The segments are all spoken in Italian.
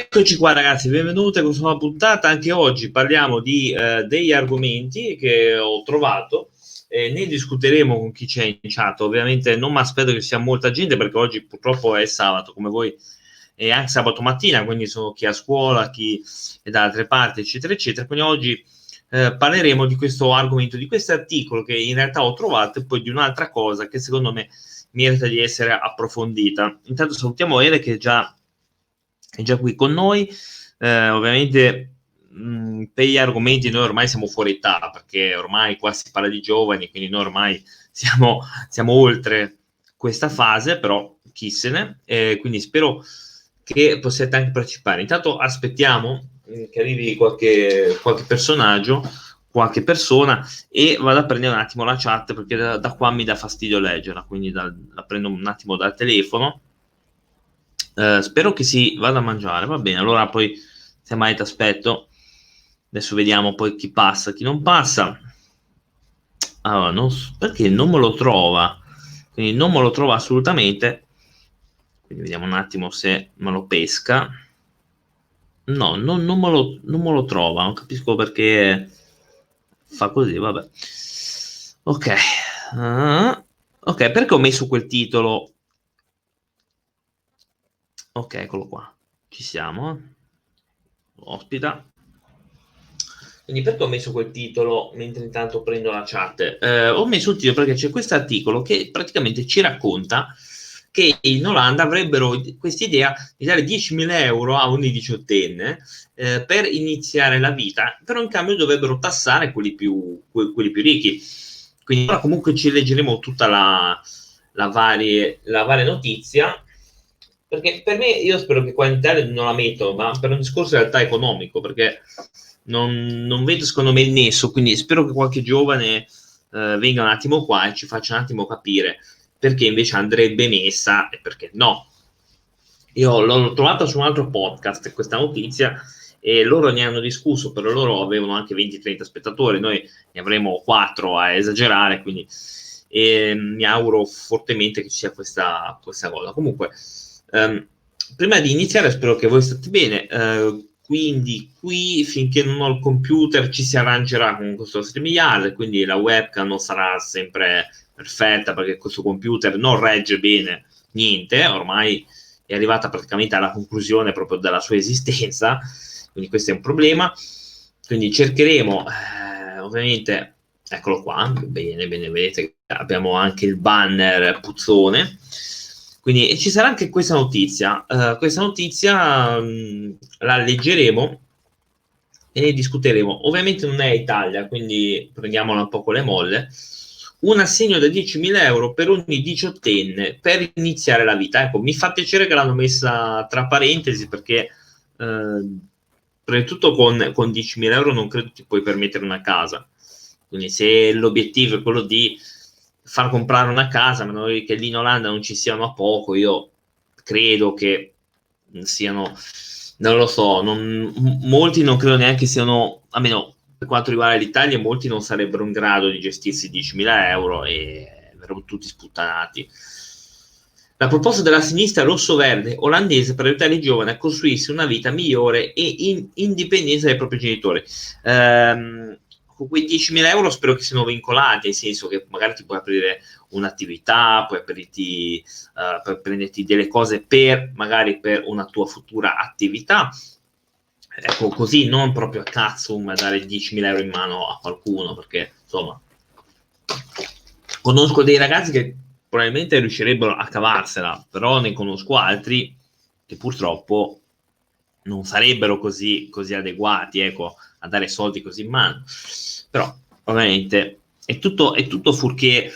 Eccoci qua ragazzi, benvenuti a questa nuova puntata. Anche oggi parliamo di degli argomenti che ho trovato, ne discuteremo con chi c'è in chat. Ovviamente non mi aspetto che sia molta gente perché oggi purtroppo è sabato, come voi, e anche sabato mattina, quindi sono chi è a scuola, chi è da altre parti, eccetera, eccetera. Quindi oggi parleremo di questo argomento, di questo articolo che in realtà ho trovato e poi di un'altra cosa che secondo me merita di essere approfondita. Intanto salutiamo Ele che è già qui con noi. Ovviamente per gli argomenti noi ormai siamo fuori età, perché ormai qua si parla di giovani, quindi noi ormai siamo oltre questa fase, però chi se ne. Quindi spero che possiate anche partecipare. Intanto aspettiamo che arrivi qualche personaggio, qualche persona, e vado a prendere un attimo la chat perché da qua mi dà fastidio leggerla, quindi la prendo un attimo dal telefono. Spero che si vada a mangiare, va bene, allora poi semmai ti aspetto. Adesso vediamo poi chi passa, chi non passa. Allora, perché non me lo trova, quindi non me lo trova assolutamente. Quindi vediamo un attimo se me lo pesca. No, non me lo trova, non capisco perché fa così, vabbè. Ok. Ok, perché ho messo quel titolo? Ok, eccolo qua. Ci siamo. Ospita. Quindi perché ho messo quel titolo mentre intanto prendo la chat? Ho messo il titolo perché c'è questo articolo che praticamente ci racconta che in Olanda avrebbero questa idea di dare 10.000 euro a ogni diciottenne per iniziare la vita, però in cambio dovrebbero tassare quelli più ricchi. Quindi ora comunque ci leggeremo tutta la varia notizia, perché per me, io spero che qua in Italia non la mettono, ma per un discorso in realtà economico, perché non vedo secondo me il nesso, quindi spero che qualche giovane venga un attimo qua e ci faccia un attimo capire perché invece andrebbe messa e perché no. Io l'ho trovata su un altro podcast questa notizia e loro ne hanno discusso, però loro avevano anche 20-30 spettatori, noi ne avremo 4 a esagerare, quindi mi auguro fortemente che ci sia questa cosa. Comunque, prima di iniziare spero che voi state bene, quindi qui finché non ho il computer ci si arrangerà con questo StreamYard, quindi la webcam non sarà sempre perfetta perché questo computer non regge bene niente, ormai è arrivata praticamente alla conclusione proprio della sua esistenza, quindi questo è un problema. Quindi cercheremo, ovviamente, eccolo qua, bene, vedete che abbiamo anche il banner puzzone. Quindi ci sarà anche questa notizia. Questa notizia la leggeremo e ne discuteremo. Ovviamente non è Italia, quindi prendiamola un po' con le molle. Un assegno da 10.000 euro per ogni diciottenne per iniziare la vita. Ecco, mi fa piacere che l'hanno messa tra parentesi perché prima di tutto con 10.000 euro non credo ti puoi permettere una casa. Quindi se l'obiettivo è quello di far comprare una casa, ma noi che lì in Olanda non ci siano a poco, io credo che siano, non lo so, molti non credo neanche siano, almeno per quanto riguarda l'Italia, molti non sarebbero in grado di gestirsi 10.000 euro e verrebbero tutti sputtanati. La proposta della sinistra rosso-verde olandese per aiutare i giovani a costruirsi una vita migliore e in indipendenza dai propri genitori. Con quei 10.000 euro spero che siano vincolati, nel senso che magari ti puoi aprire un'attività, puoi per prenderti delle cose magari per una tua futura attività. Ecco, così non proprio a cazzo a dare 10.000 euro in mano a qualcuno, perché insomma conosco dei ragazzi che probabilmente riuscirebbero a cavarsela, però ne conosco altri che purtroppo non sarebbero così adeguati, ecco, a dare soldi così in mano. Però ovviamente è tutto fuorché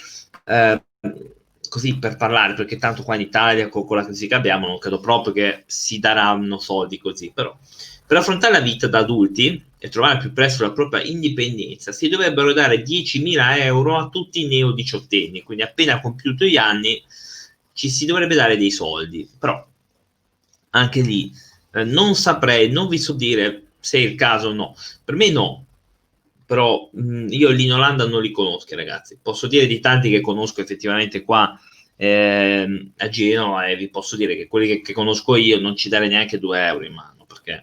così per parlare, perché tanto qua in Italia con la crisi che abbiamo non credo proprio che si daranno soldi così, però per affrontare la vita da adulti e trovare più presto la propria indipendenza si dovrebbero dare 10.000 euro a tutti i neo-diciottenni, quindi appena compiuto gli anni ci si dovrebbe dare dei soldi, però anche lì non saprei, non vi so dire se è il caso o no, per me no, però io lì in Olanda non li conosco ragazzi, posso dire di tanti che conosco effettivamente qua a Genova e vi posso dire che quelli che conosco io non ci darei neanche 2 euro in mano perché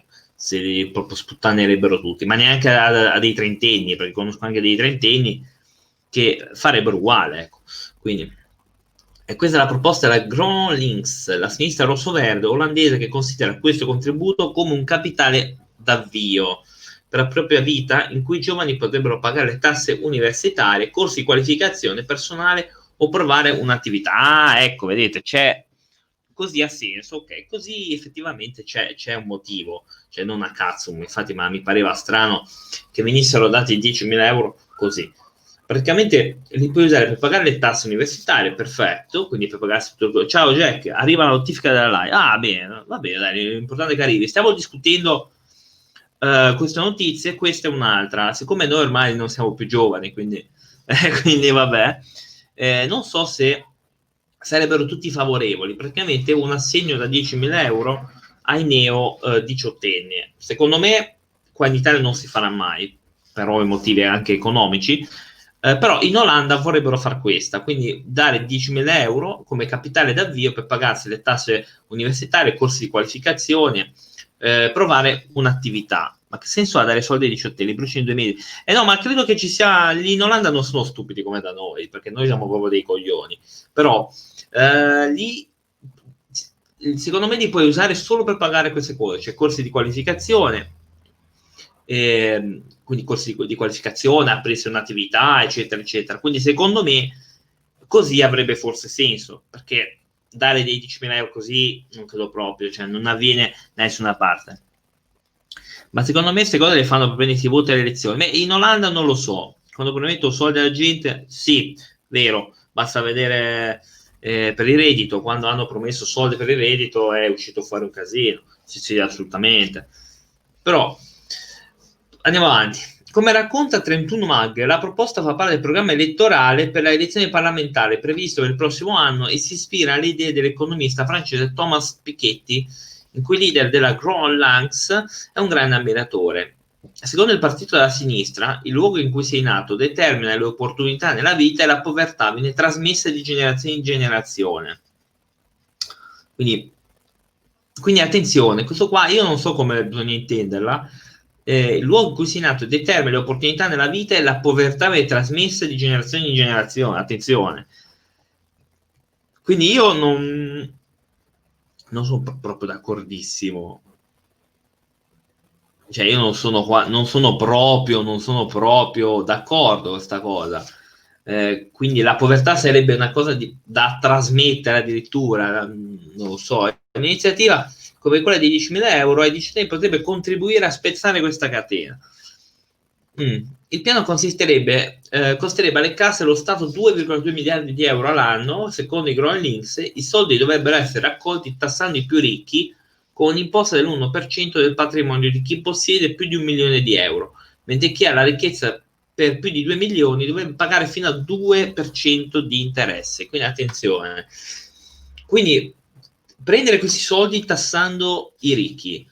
se li proprio sputtanerebbero tutti, ma neanche a dei trentenni, perché conosco anche dei trentenni che farebbero uguale, ecco. Quindi, e questa è la proposta della GroenLinks, la sinistra rosso-verde olandese, che considera questo contributo come un capitale d'avvio per la propria vita, in cui i giovani potrebbero pagare le tasse universitarie, corsi di qualificazione personale o provare un'attività. Ah, ecco, vedete, c'è, così ha senso, ok, così effettivamente c'è un motivo, cioè non a cazzo, infatti, ma mi pareva strano che venissero dati 10.000 euro così. Praticamente li puoi usare per pagare le tasse universitarie, perfetto, quindi per pagarsi tutto. Ciao Jack, arriva la notifica della live. Ah, bene, va bene, dai, l'importante è che arrivi. Stiamo discutendo queste notizie, questa è un'altra. Siccome noi ormai non siamo più giovani, quindi, quindi vabbè, non so se sarebbero tutti favorevoli. Praticamente un assegno da 10.000 euro ai neo 18enni. Secondo me qua in Italia non si farà mai, per ovvi motivi anche economici. Però in Olanda vorrebbero far questa, quindi dare 10.000 euro come capitale d'avvio per pagarsi le tasse universitarie, corsi di qualificazione, provare un'attività. Ma che senso ha dare soldi ai 18 anni, bruci in 2 mesi? No, ma credo che ci sia, lì in Olanda non sono stupidi come da noi, perché noi siamo proprio dei coglioni. Però lì secondo me li puoi usare solo per pagare queste cose, cioè corsi di qualificazione, quindi corsi di qualificazione, aprirsi un'attività, eccetera, eccetera. Quindi secondo me così avrebbe forse senso, perché dare dei 10.000 euro così non credo proprio, cioè non avviene da nessuna parte. Ma secondo me queste cose le fanno per prendere i voti alle elezioni. In Olanda non lo so, quando promettono soldi alla gente, sì, vero, basta vedere per il reddito, quando hanno promesso soldi per il reddito è uscito fuori un casino, sì, assolutamente. Però andiamo avanti. Come racconta 31 Mag, la proposta fa parte del programma elettorale per le elezioni parlamentari previsto per il prossimo anno e si ispira alle idee dell'economista francese Thomas Piketty, in cui il leader della GroenLinks è un grande ammiratore. Secondo il partito della sinistra, il luogo in cui sei nato determina le opportunità nella vita e la povertà viene trasmessa di generazione in generazione. Quindi attenzione, questo qua io non so come bisogna intenderla. Il luogo in cui sei nato determina le opportunità nella vita e la povertà viene trasmessa di generazione in generazione. Attenzione. Quindi io non sono proprio d'accordissimo. Cioè io non sono proprio d'accordo con questa cosa. Quindi la povertà sarebbe una cosa da trasmettere addirittura, non lo so. Un'iniziativa come quella di 10.000 euro ai cittadini potrebbe contribuire a spezzare questa catena. Il piano costerebbe alle casse dello Stato 2,2 miliardi di euro all'anno. Secondo i GroenLinks, i soldi dovrebbero essere raccolti tassando i più ricchi con un'imposta dell'1% del patrimonio di chi possiede più di 1 milione di euro, mentre chi ha la ricchezza per più di 2 milioni dovrebbe pagare fino al 2% di interesse. Quindi attenzione. Quindi prendere questi soldi tassando i ricchi.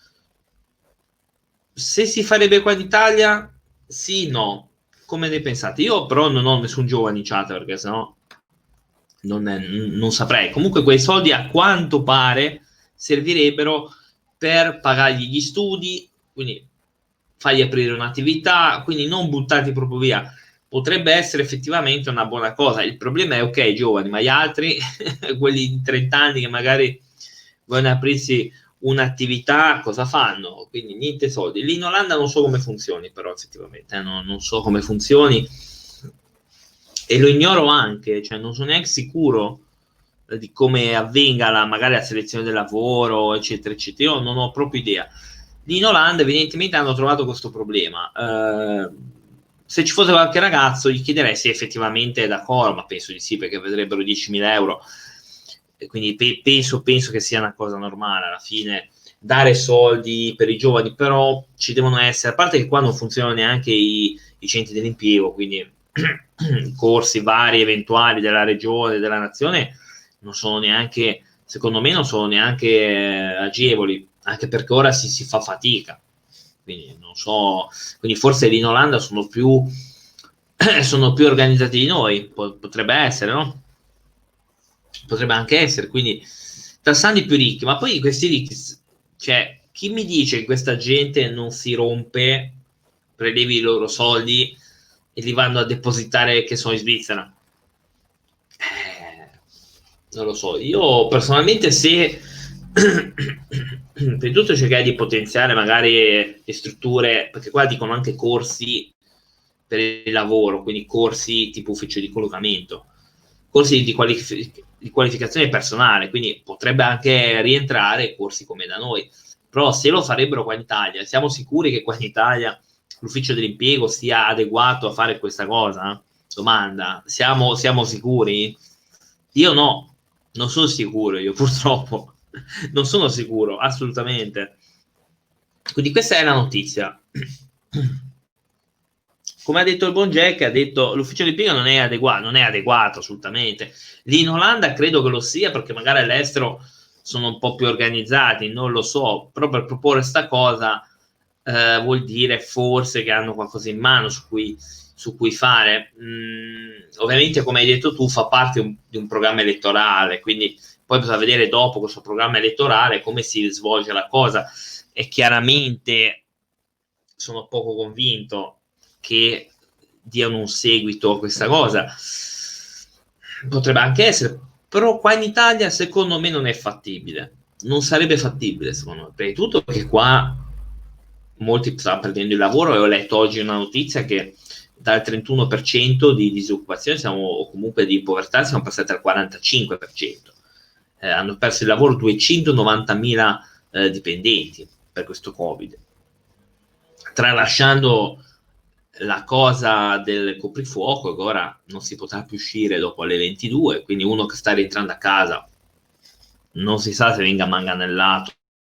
Se si farebbe qua in Italia, sì, no. Come ne pensate? Io però non ho nessun giovane in chat, perché sennò non saprei. Comunque quei soldi a quanto pare servirebbero per pagargli gli studi, quindi fargli aprire un'attività, quindi non buttarti proprio via. Potrebbe essere effettivamente una buona cosa. Il problema è, ok, giovani, ma gli altri, quelli di 30 anni che magari vogliono aprirsi un'attività, cosa fanno? Quindi niente soldi. Lì in Olanda non so come funzioni, però effettivamente non so come funzioni e lo ignoro anche, cioè non sono neanche sicuro di come avvenga magari la selezione del lavoro, eccetera, eccetera. Io non ho proprio idea. Lì in Olanda evidentemente hanno trovato questo problema. Se ci fosse qualche ragazzo gli chiederei se effettivamente è d'accordo, ma penso di sì, perché vedrebbero 10.000 euro. E quindi penso che sia una cosa normale alla fine dare soldi per i giovani, però ci devono essere, a parte che qua non funzionano neanche i centri dell'impiego, quindi corsi vari eventuali della regione, della nazione, non sono neanche, secondo me non sono neanche agevoli, anche perché ora si fa fatica. Quindi non so, quindi forse lì in Olanda sono più organizzati di noi, potrebbe essere, no? Potrebbe anche essere, quindi tassando i più ricchi, ma poi questi ricchi, cioè chi mi dice che questa gente non si rompe, prelevi i loro soldi e li vanno a depositare, che sono in Svizzera? Non lo so. Io personalmente, se prima di tutto cercare di potenziare magari le strutture, perché qua dicono anche corsi per il lavoro, quindi corsi tipo ufficio di collocamento, corsi di qualificazione personale, quindi potrebbe anche rientrare corsi come da noi. Però se lo farebbero qua in Italia, siamo sicuri che qua in Italia l'ufficio dell'impiego sia adeguato a fare questa cosa? Domanda. Siamo sicuri? Io no, non sono sicuro, io purtroppo non sono sicuro, assolutamente. Quindi questa è la notizia. Come ha detto il buon Jack, ha detto l'ufficio di impiego non è adeguato assolutamente. Lì in Olanda credo che lo sia, perché magari all'estero sono un po' più organizzati, non lo so, però per proporre sta cosa vuol dire forse che hanno qualcosa in mano su cui fare. Ovviamente, come hai detto tu, fa parte di un programma elettorale, quindi poi bisogna vedere dopo questo programma elettorale come si svolge la cosa. E chiaramente sono poco convinto che diano un seguito a questa cosa. Potrebbe anche essere, però qua in Italia secondo me non è fattibile. Non sarebbe fattibile, secondo me. Prima di tutto perché qua molti stanno perdendo il lavoro, e ho letto oggi una notizia che dal 31% di disoccupazione o comunque di povertà siamo passati al 45%. Hanno perso il lavoro 290.000 dipendenti per questo Covid, tralasciando la cosa del coprifuoco, che ora non si potrà più uscire dopo le 22, quindi uno che sta rientrando a casa non si sa se venga manganellato,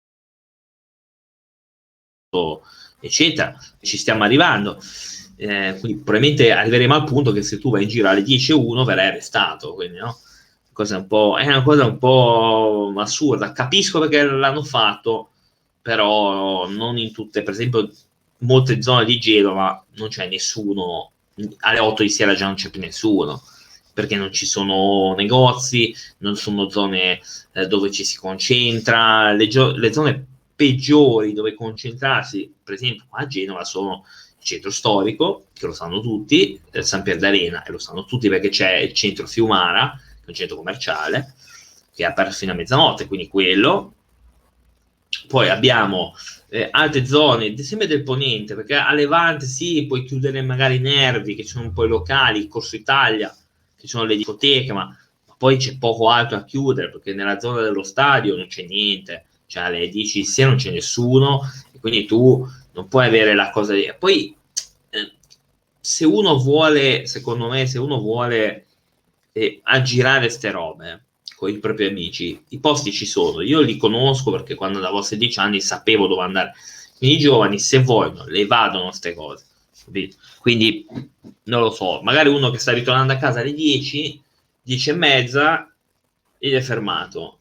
eccetera. Ci stiamo arrivando, quindi probabilmente arriveremo al punto che se tu vai in giro alle 10:01 verrai arrestato, quindi no? È una cosa un po' assurda. Capisco perché l'hanno fatto, però non in tutte. Per esempio, molte zone di Genova non c'è nessuno, alle 8 di sera già non c'è più nessuno, perché non ci sono negozi, non sono zone dove ci si concentra. Le zone peggiori dove concentrarsi, per esempio a Genova, sono il centro storico, che lo sanno tutti, San Pier d'Arena, e lo sanno tutti perché c'è il centro Fiumara, che è un centro commerciale, che è aperto fino a mezzanotte, quindi quello. Poi abbiamo altre zone, sempre del Ponente, perché a Levante sì, puoi chiudere magari i Nervi, che sono un po' i locali, il Corso Italia, che sono le discoteche, ma poi c'è poco altro a chiudere, perché nella zona dello stadio non c'è niente, cioè alle 10 di sera non c'è nessuno, e quindi tu non puoi avere la cosa di... Poi se uno vuole, secondo me, se uno vuole aggirare ste robe con i propri amici, i posti ci sono, io li conosco perché quando avevo 16 anni sapevo dove andare, quindi i giovani se vogliono le vadono queste cose, quindi non lo so, magari uno che sta ritornando a casa alle 10, 10:30 ed è fermato.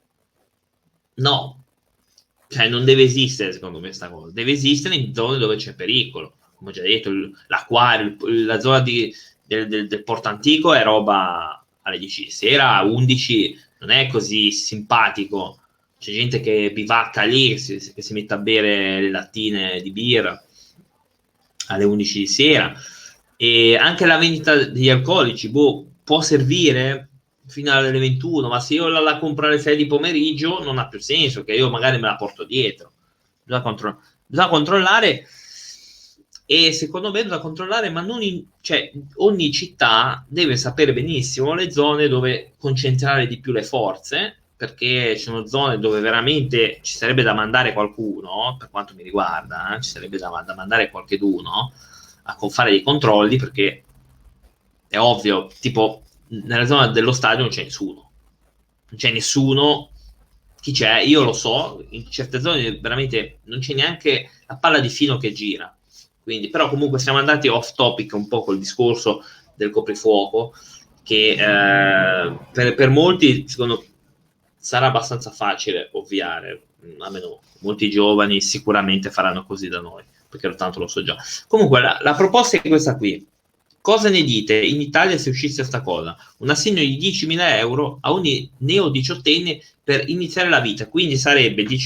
No, cioè non deve esistere secondo me sta cosa, deve esistere in zone dove c'è pericolo, come ho già detto, l'acquario, la zona del Porto Antico è roba alle 10 di sera, a 11 non è così simpatico, c'è gente che bivacca lì, che si mette a bere le lattine di birra alle 11 di sera, e anche la vendita degli alcolici può servire fino alle 21, ma se io la compro alle 6 di pomeriggio non ha più senso, che io magari me la porto dietro. Bisogna controllare, e secondo me bisogna controllare, ma non cioè, ogni città deve sapere benissimo le zone dove concentrare di più le forze, perché ci sono zone dove veramente ci sarebbe da mandare qualcuno, per quanto mi riguarda, ci sarebbe da mandare qualcheduno a fare dei controlli, perché è ovvio, tipo nella zona dello stadio non c'è nessuno, chi c'è? Io lo so, in certe zone veramente non c'è neanche la palla di filo che gira, quindi, però comunque siamo andati off topic un po' col discorso del coprifuoco, che per molti secondo sarà abbastanza facile ovviare, almeno molti giovani sicuramente faranno così da noi, perché tanto lo so già. Comunque la proposta è questa qui. Cosa ne dite in Italia se uscisse questa cosa? Un assegno di 10.000 euro a ogni neo diciottenne per iniziare la vita, quindi sarebbe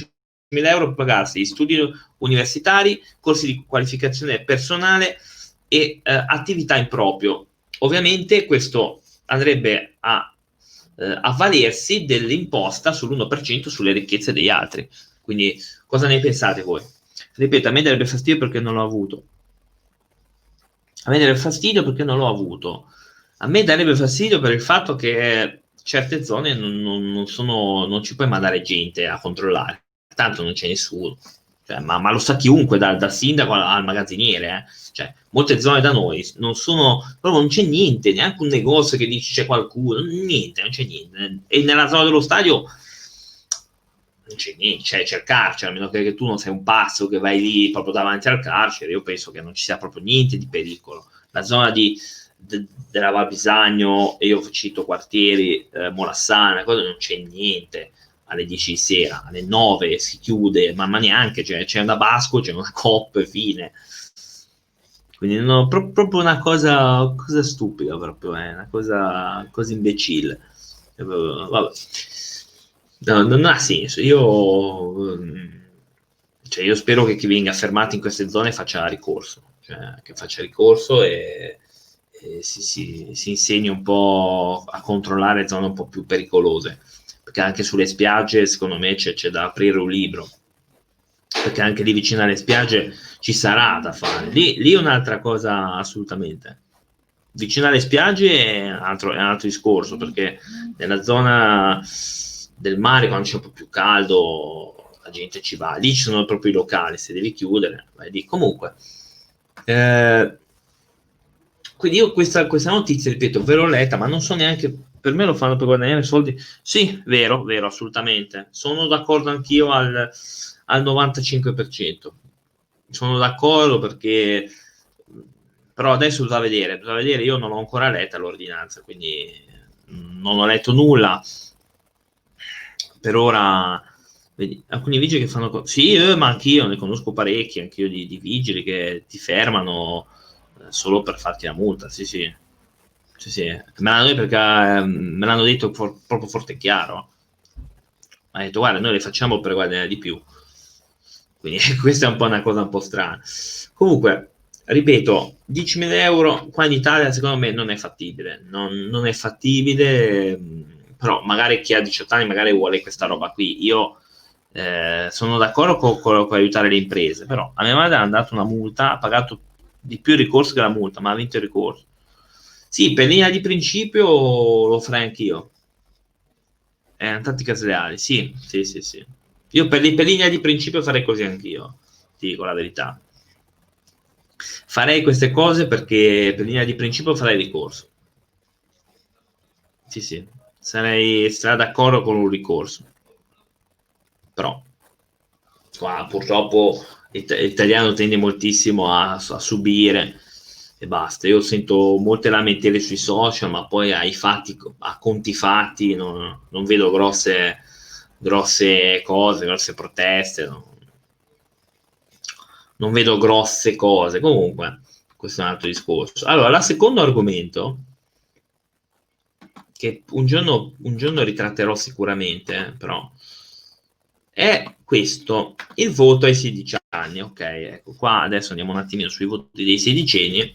euro per pagarsi gli studi universitari, corsi di qualificazione personale e attività in proprio. Ovviamente questo andrebbe a avvalersi dell'imposta sull'1% sulle ricchezze degli altri. Quindi cosa ne pensate voi? Ripeto, a me darebbe fastidio perché non l'ho avuto. A me darebbe fastidio perché non l'ho avuto. A me darebbe fastidio per il fatto che certe zone non ci puoi mandare gente a controllare, tanto non c'è nessuno. Cioè, ma lo sa chiunque, dal sindaco al magazziniere. Cioè, molte zone da noi non sono, proprio non c'è niente, neanche un negozio che dice c'è qualcuno, niente, non c'è niente. E nella zona dello stadio non c'è niente, c'è il carcere, a meno che tu non sei un pazzo che vai lì proprio davanti al carcere, io penso che non ci sia proprio niente di pericolo. La zona della Val Bisagno, e io cito quartieri, Molassana, non c'è niente alle 10 di sera, alle 9 si chiude, ma neanche, c'è una Basco, c'è una Coop, fine. Quindi no, proprio una cosa stupida, proprio, una cosa imbecille. Vabbè. No, non ha senso. Io spero che chi venga fermato in queste zone faccia ricorso, cioè che faccia ricorso e si insegni un po' a controllare zone un po' più pericolose, perché anche sulle spiagge secondo me c'è da aprire un libro, perché anche lì vicino alle spiagge ci sarà da fare. Lì è un'altra cosa assolutamente. Vicino alle spiagge è un altro discorso, perché nella zona del mare, quando c'è un po' più caldo, la gente ci va. Lì ci sono proprio i locali, se devi chiudere, vai lì. Comunque, quindi io questa notizia, ripeto, ve l'ho letta, ma non so neanche, per me lo fanno per guadagnare soldi. Sì, vero, assolutamente. Sono d'accordo anch'io al 95%. Sono d'accordo perché, però adesso bisogna vedere, io non ho ancora letta l'ordinanza, quindi non ho letto nulla. Per ora, vedi, alcuni vigili che fanno sì, ma anch'io ne conosco parecchi, anch'io di vigili che ti fermano solo per farti la multa, sì, sì. Sì, sì. Me l'hanno detto proprio forte e chiaro. Ha detto, guarda, noi le facciamo per guadagnare di più. Quindi questa è un po' una cosa un po' strana. Comunque, ripeto, 10.000 euro qua in Italia secondo me non è fattibile. Non è fattibile, però magari chi ha 18 anni magari vuole questa roba qui. Io sono d'accordo con aiutare le imprese, però a mia madre ha dato una multa, ha pagato di più il ricorso che la multa, ma ha vinto il ricorso. Sì, per linea di principio lo farei anch'io. È una tattica sleale, sì, sì, sì, sì. Io per linea di principio farei così anch'io, ti dico la verità. Farei queste cose perché per linea di principio farei ricorso. Sì, sì, sarei d'accordo con un ricorso. Però qua purtroppo l'italiano tende moltissimo a subire e basta. Io sento molte lamentele sui social, ma poi a conti fatti non vedo grosse cose, grosse proteste, non vedo grosse cose. Comunque, questo è un altro discorso. Allora, il secondo argomento, che un giorno ritratterò sicuramente, però è questo, il voto ai 16 anni. Ok, ecco qua adesso andiamo un attimino sui voti dei sedicenni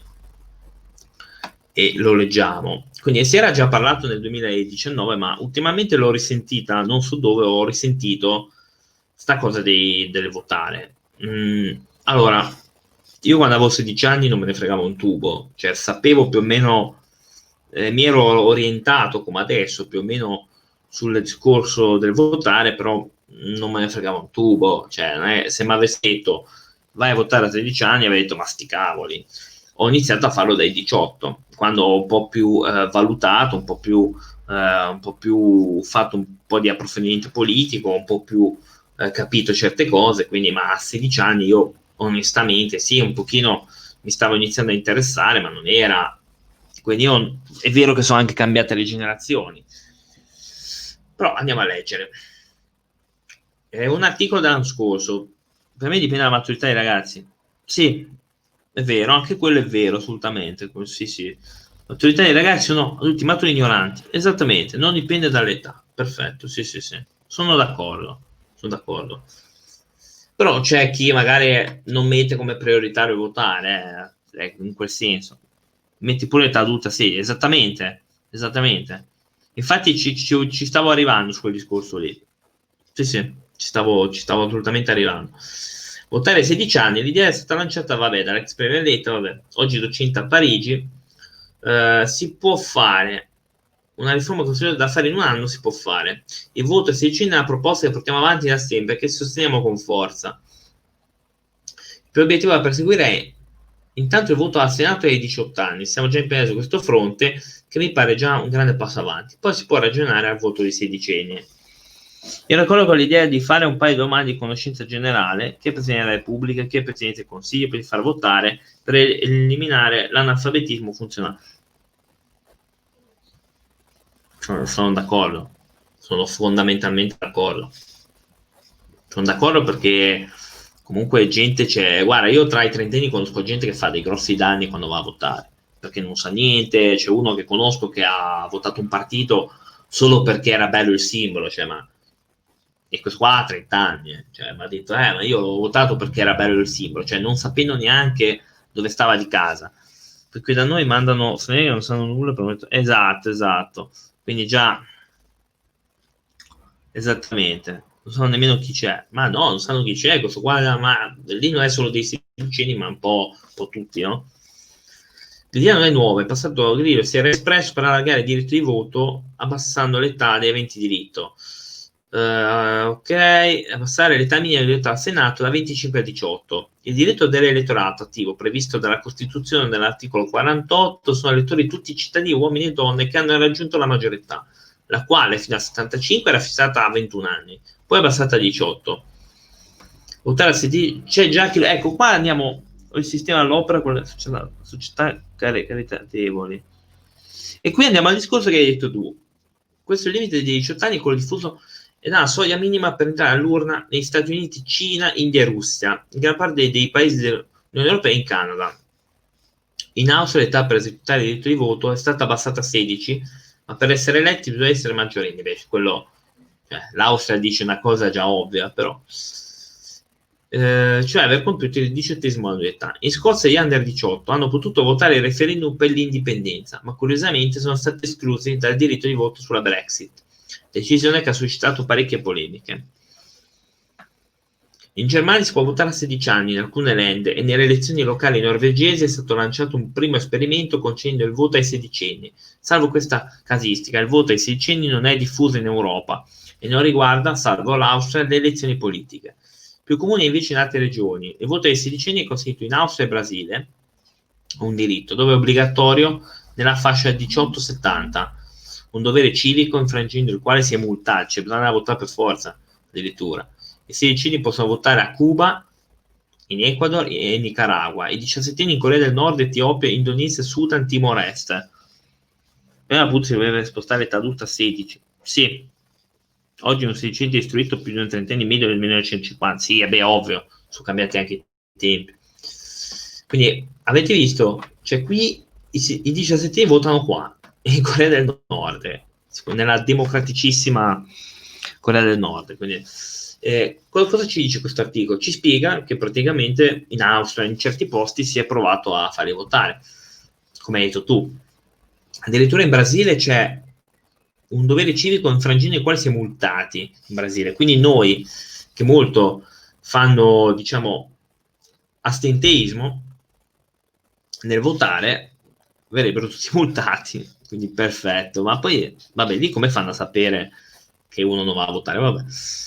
e lo leggiamo. Quindi si era già parlato nel 2019, ma ultimamente l'ho risentita, non so dove ho risentito sta cosa delle votare. Allora, io quando avevo 16 anni non me ne fregavo un tubo, cioè sapevo più o meno, mi ero orientato come adesso più o meno sul discorso del votare, però non me ne fregava un tubo, cioè se mi avessi detto vai a votare a 16 anni avrei detto ma sti cavoli. Ho iniziato a farlo dai 18, quando ho un po' più valutato, un po' più fatto un po' di approfondimento politico, un po' più capito certe cose, quindi ma a 16 anni io onestamente sì, un pochino mi stavo iniziando a interessare, ma non era. Quindi è vero che sono anche cambiate le generazioni. Però andiamo a leggere. È un articolo dell'anno scorso. Per me dipende dalla maturità dei ragazzi. Sì, è vero, anche quello è vero, assolutamente. Sì, sì. Maturità dei ragazzi sono adulti maturi ignoranti. Esattamente, non dipende dall'età. Perfetto, sì, sì, sì. Sono d'accordo. Sono d'accordo. Però c'è chi magari non mette come prioritario votare, in quel senso. Metti pure l'età adulta, sì, esattamente. Infatti ci stavo arrivando su quel discorso lì. Sì, ci stavo assolutamente arrivando. Votare a 16 anni, l'idea è stata lanciata, vabbè, dall'ex premier Letta, vabbè, oggi docente a Parigi. Si può fare una riforma costituzionale da fare in un anno, si può fare. Il voto a 16 anni è una proposta che portiamo avanti da sempre, che sosteniamo con forza. L'obiettivo da perseguire è intanto il voto al Senato è ai 18 anni, siamo già impegnati su questo fronte, che mi pare già un grande passo avanti. Poi si può ragionare al voto dei sedicenni. Io raccolgo con l'idea di fare un paio di domande di conoscenza generale, chi è Presidente della Repubblica, chi è Presidente del Consiglio, per far votare, per eliminare l'analfabetismo funzionale. Sono d'accordo, sono fondamentalmente d'accordo. Sono d'accordo perché comunque gente c'è. Guarda, io tra i trentenni conosco gente che fa dei grossi danni quando va a votare, perché non sa niente. C'è uno che conosco che ha votato un partito solo perché era bello il simbolo, cioè, ma e questo qua ha 30 anni, cioè, mi ha detto, ma io l'ho votato perché era bello il simbolo, cioè non sapendo neanche dove stava di casa. Perché da noi mandano, se non sanno nulla, esatto, quindi già, esattamente, non sanno nemmeno chi c'è, ma no, non sanno chi c'è, questo qua, ma lì non è solo dei sedicini, ma un po' tutti, no? L'idea non è nuova, è passato Grillo si era espresso per allargare il diritto di voto abbassando l'età dei aventi diritto. Ok, abbassare l'età minima di eletto al Senato da 25 a 18. Il diritto dell'elettorato attivo previsto dalla Costituzione nell'articolo 48 sono elettori tutti i cittadini, uomini e donne che hanno raggiunto la maggiore età, la quale fino al 75 era fissata a 21 anni, poi abbassata a 18. Votare a CD, c'è già chi. Ecco, qua andiamo il sistema all'opera con le società caritatevoli. E qui andiamo al discorso che hai detto tu. Questo è il limite dei 18 anni, quello diffuso ed ha una soglia minima per entrare all'urna negli Stati Uniti, Cina, India e Russia, in gran parte dei paesi dell'Unione Europea e in Canada. In Austria l'età per esercitare il diritto di voto è stata abbassata a 16, ma per essere eletti bisogna essere maggiorenni. Beh, quello, l'Austria dice una cosa già ovvia, però. Cioè aver compiuto il 18° anno di età. In Scozia gli under 18 hanno potuto votare il referendum per l'indipendenza, ma curiosamente sono stati esclusi dal diritto di voto sulla Brexit, decisione che ha suscitato parecchie polemiche. In Germania si può votare a 16 anni in alcune land e nelle elezioni locali norvegesi è stato lanciato un primo esperimento concedendo il voto ai sedicenni. Salvo questa casistica, il voto ai sedicenni non è diffuso in Europa e non riguarda, salvo l'Austria, le elezioni politiche. Più comune invece in altre regioni. Il voto ai sedicenni è consentito in Austria e Brasile, un diritto, dove è obbligatorio nella fascia 18-70, un dovere civico infrangendo il quale si è multati, cioè bisogna votare per forza, addirittura. I sedicenni possono votare a Cuba, in Ecuador e in Nicaragua, i 17 in Corea del Nord, Etiopia, Indonesia, Sudan, Timor-Est. Prima appunto si doveva spostare l'età adulta a 16. Sì, oggi un sedicente è istruito più di un trentenne medio del 1950. Sì, è ovvio, sono cambiati anche i tempi. Quindi avete visto, cioè qui i 17 votano qua, in Corea del Nord, nella democraticissima Corea del Nord. Quindi, cosa ci dice questo articolo? Ci spiega che praticamente in Austria, in certi posti, si è provato a farli votare, come hai detto tu. Addirittura in Brasile c'è un dovere civico infrangendo il quale si è multati in Brasile. Quindi noi, che molto fanno, diciamo, astenteismo nel votare, verrebbero tutti multati. Quindi perfetto. Ma poi, vabbè, lì come fanno a sapere che uno non va a votare? Vabbè.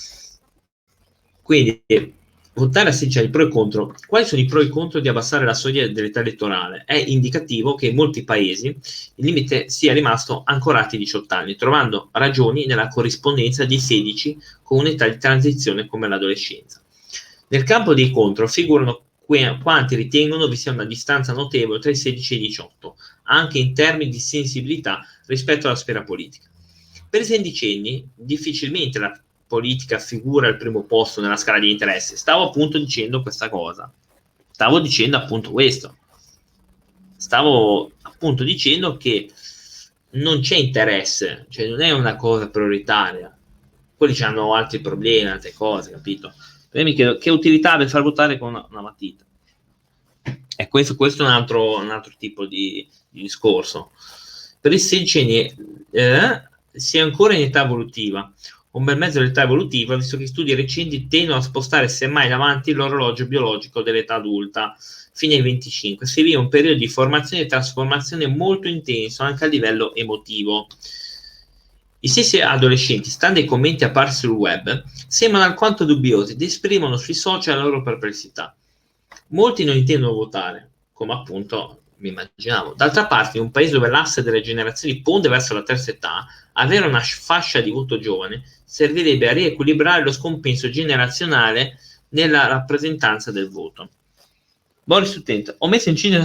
Quindi votare a 16 anni, pro e contro. Quali sono i pro e i contro di abbassare la soglia dell'età elettorale? È indicativo che in molti paesi il limite sia rimasto ancorato ai 18 anni, trovando ragioni nella corrispondenza di 16 con un'età di transizione come l'adolescenza. Nel campo dei contro figurano quanti ritengono vi sia una distanza notevole tra i 16 e i 18, anche in termini di sensibilità rispetto alla sfera politica. Per i sedicenni difficilmente la politica figura al primo posto nella scala di interessi. Stavo appunto dicendo questa cosa. Stavo dicendo appunto questo. Stavo appunto dicendo che non c'è interesse, cioè non è una cosa prioritaria. Quelli hanno altri problemi, altre cose, capito? Io mi chiedo che utilità deve far votare con una matita. E questo è un altro tipo di discorso. Per i sedicenni si è ancora in età evolutiva, un bel mezzo dell'età evolutiva, visto che studi recenti tendono a spostare semmai in avanti l'orologio biologico dell'età adulta, fino ai 25. Si vive un periodo di formazione e trasformazione molto intenso anche a livello emotivo. I stessi adolescenti, stando ai commenti apparsi sul web, sembrano alquanto dubbiosi ed esprimono sui social la loro perplessità. Molti non intendono votare, come appunto mi immaginavo. D'altra parte, in un paese dove l'asse delle generazioni ponde verso la terza età, avere una fascia di voto giovane servirebbe a riequilibrare lo scompenso generazionale nella rappresentanza del voto. Boris Utente, ho messo in Cina...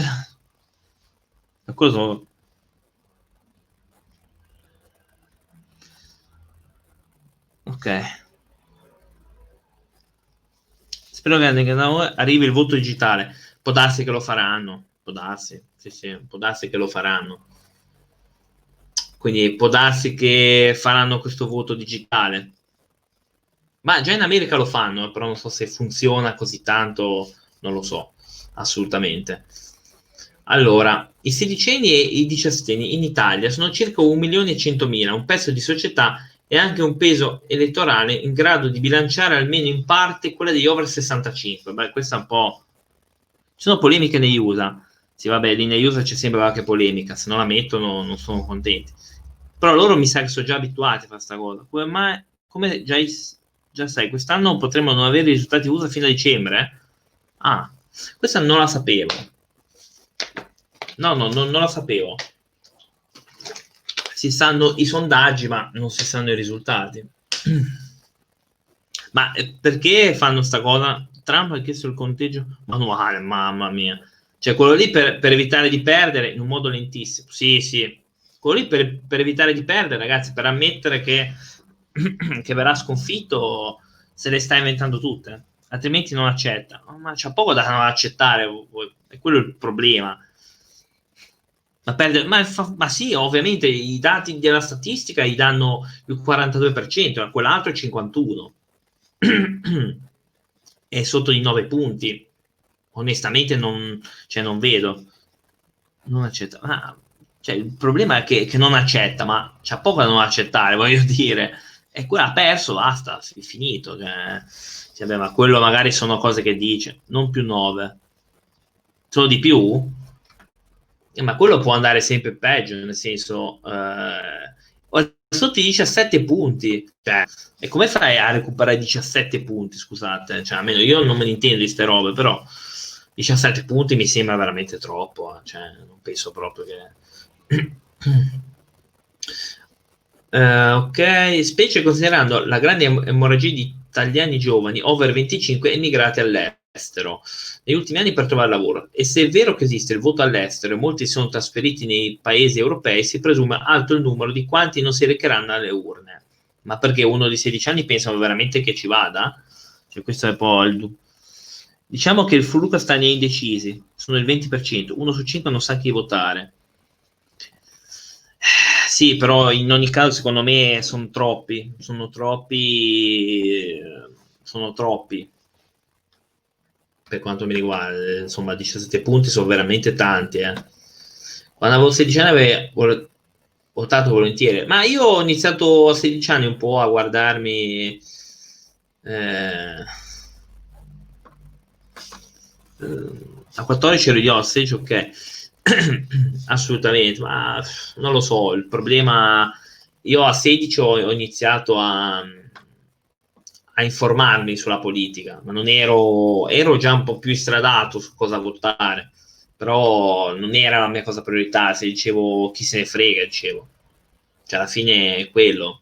Cosa? Ok. Spero che arrivi il voto digitale. Può darsi che lo faranno. Può darsi. Sì, può darsi che lo faranno. Quindi può darsi che faranno questo voto digitale. Ma già in America lo fanno, però non so se funziona così tanto, non lo so, assolutamente. Allora, i sedicenni e i diciassettenni in Italia sono circa 1.100.000, un pezzo di società e anche un peso elettorale in grado di bilanciare almeno in parte quella degli over 65. Beh, questa è un po'... Ci sono polemiche negli USA. Sì, vabbè, lì negli USA c'è sempre qualche polemica, se non la mettono non sono contenti. Però loro mi sa che sono già abituati a fare questa cosa. Come mai, come già sai, quest'anno potremmo non avere i risultati USA fino a dicembre? Ah, questa non la sapevo. No, non la sapevo. Si sanno i sondaggi, ma non si sanno i risultati. Ma perché fanno sta cosa? Trump ha chiesto il conteggio manuale, mamma mia. Cioè, quello lì per evitare di perdere in un modo lentissimo. Sì. Quello lì per evitare di perdere, ragazzi, per ammettere che verrà sconfitto, se le sta inventando tutte. Altrimenti non accetta. Ma c'è poco da non accettare. È quello il problema. Ma sì, ovviamente i dati della statistica gli danno il 42%, ma quell'altro è il 51%. È sotto di 9 punti. Onestamente non vedo. Non accetta. Cioè, il problema è che non accetta, ma c'ha poco da non accettare, voglio dire. E quello ha perso, basta, è finito. Cioè, beh, ma quello magari sono cose che dice, non più 9. Sono di più? Ma quello può andare sempre peggio, nel senso, sotto i 17 punti, cioè, e come fai a recuperare 17 punti? Scusate, cioè, almeno io non me ne intendo di ste robe, però 17 punti mi sembra veramente troppo, cioè, non penso proprio che. Ok, specie considerando la grande emorragia di italiani giovani over 25 emigrati all'estero negli ultimi anni per trovare lavoro. E se è vero che esiste il voto all'estero e molti sono trasferiti nei paesi europei, si presume alto il numero di quanti non si recheranno alle urne. Ma perché uno di 16 anni pensano veramente che ci vada? Cioè, questo è un po' il dubbio. Diciamo che il Fuluca sta nei indecisi, sono il 20%, uno su 5 non sa chi votare. Sì, però in ogni caso secondo me sono troppi, per quanto mi riguarda, insomma 17 punti sono veramente tanti. Quando avevo 16 anni avevo votato volentieri, ma io ho iniziato a 16 anni un po' a guardarmi a 14 ero io, a 16 ok. Assolutamente, ma non lo so, il problema, io a 16 ho iniziato a informarmi sulla politica, ma non ero già un po' più istradato su cosa votare, però non era la mia cosa prioritaria, se dicevo chi se ne frega, dicevo, cioè alla fine è quello.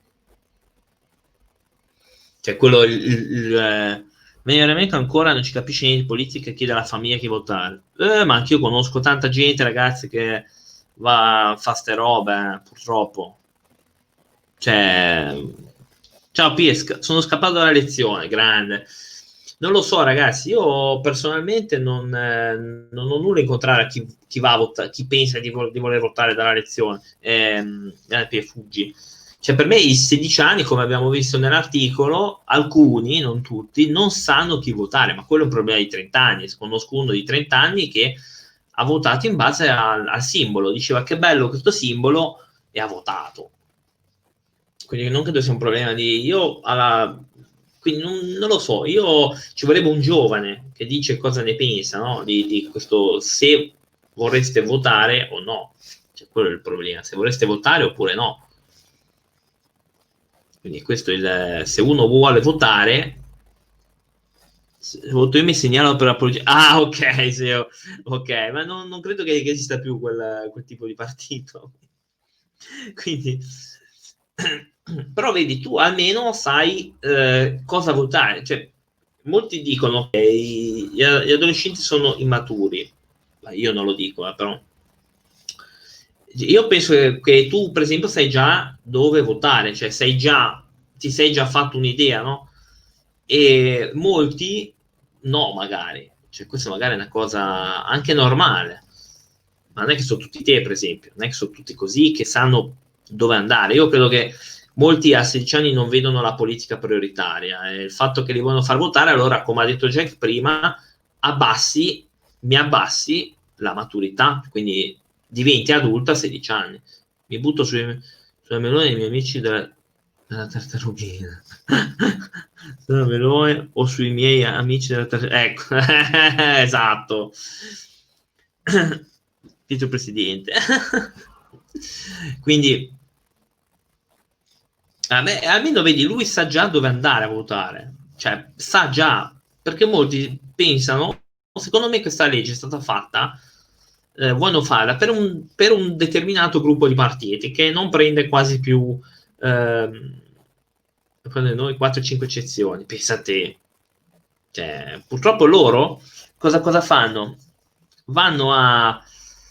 Cioè quello, veramente ancora non ci capisce niente di politica e chiede alla famiglia chi votare. Ma anch'io conosco tanta gente, ragazzi, che fa ste robe, purtroppo. Cioè, ciao Piesca, sono scappato dalla lezione, grande. Non lo so, ragazzi, io personalmente non ho nulla in contrario a chi va a votare, chi pensa di voler votare dalla lezione. Fuggi. Cioè, per me i 16 anni, come abbiamo visto nell'articolo, alcuni, non tutti, non sanno chi votare, ma quello è un problema di 30 anni. Conosco uno di 30 anni che ha votato in base al simbolo, diceva che bello questo simbolo e ha votato. Quindi non credo sia un problema di... quindi non lo so, io ci vorrebbe un giovane che dice cosa ne pensa, no? Di questo, se vorreste votare o no. Cioè, quello è il problema, se vorreste votare oppure no. Quindi questo è il... Se uno vuole votare, voto io mi segnalo per apologia. Ah, ok, sì, ok, ma non credo che esista più quel tipo di partito. Quindi, però vedi, tu almeno sai cosa votare. Cioè, molti dicono che gli adolescenti sono immaturi, ma io non lo dico, però. Io penso che tu, per esempio, sai già dove votare, cioè ti sei già fatto un'idea, no? E molti no, magari. Cioè, questa magari è una cosa anche normale. Ma non è che sono tutti te, per esempio, non è che sono tutti così che sanno dove andare. Io credo che molti a 16 anni non vedono la politica prioritaria. Il fatto che li vogliono far votare, allora, come ha detto Jack prima, mi abbassi la maturità, quindi diventi adulto a 16 anni. Mi butto sulle melone dei miei amici della tartarughina. Sulla melone o sui miei amici della tartarughina. Ecco, esatto. Vicepresidente. Quindi, almeno vedi, lui sa già dove andare a votare. Cioè, sa già, perché molti pensano, secondo me questa legge è stata fatta vogliono farla per un determinato gruppo di partiti che non prende quasi più prende noi 4-5 eccezioni, pensa a te. Cioè, purtroppo loro cosa fanno? Vanno a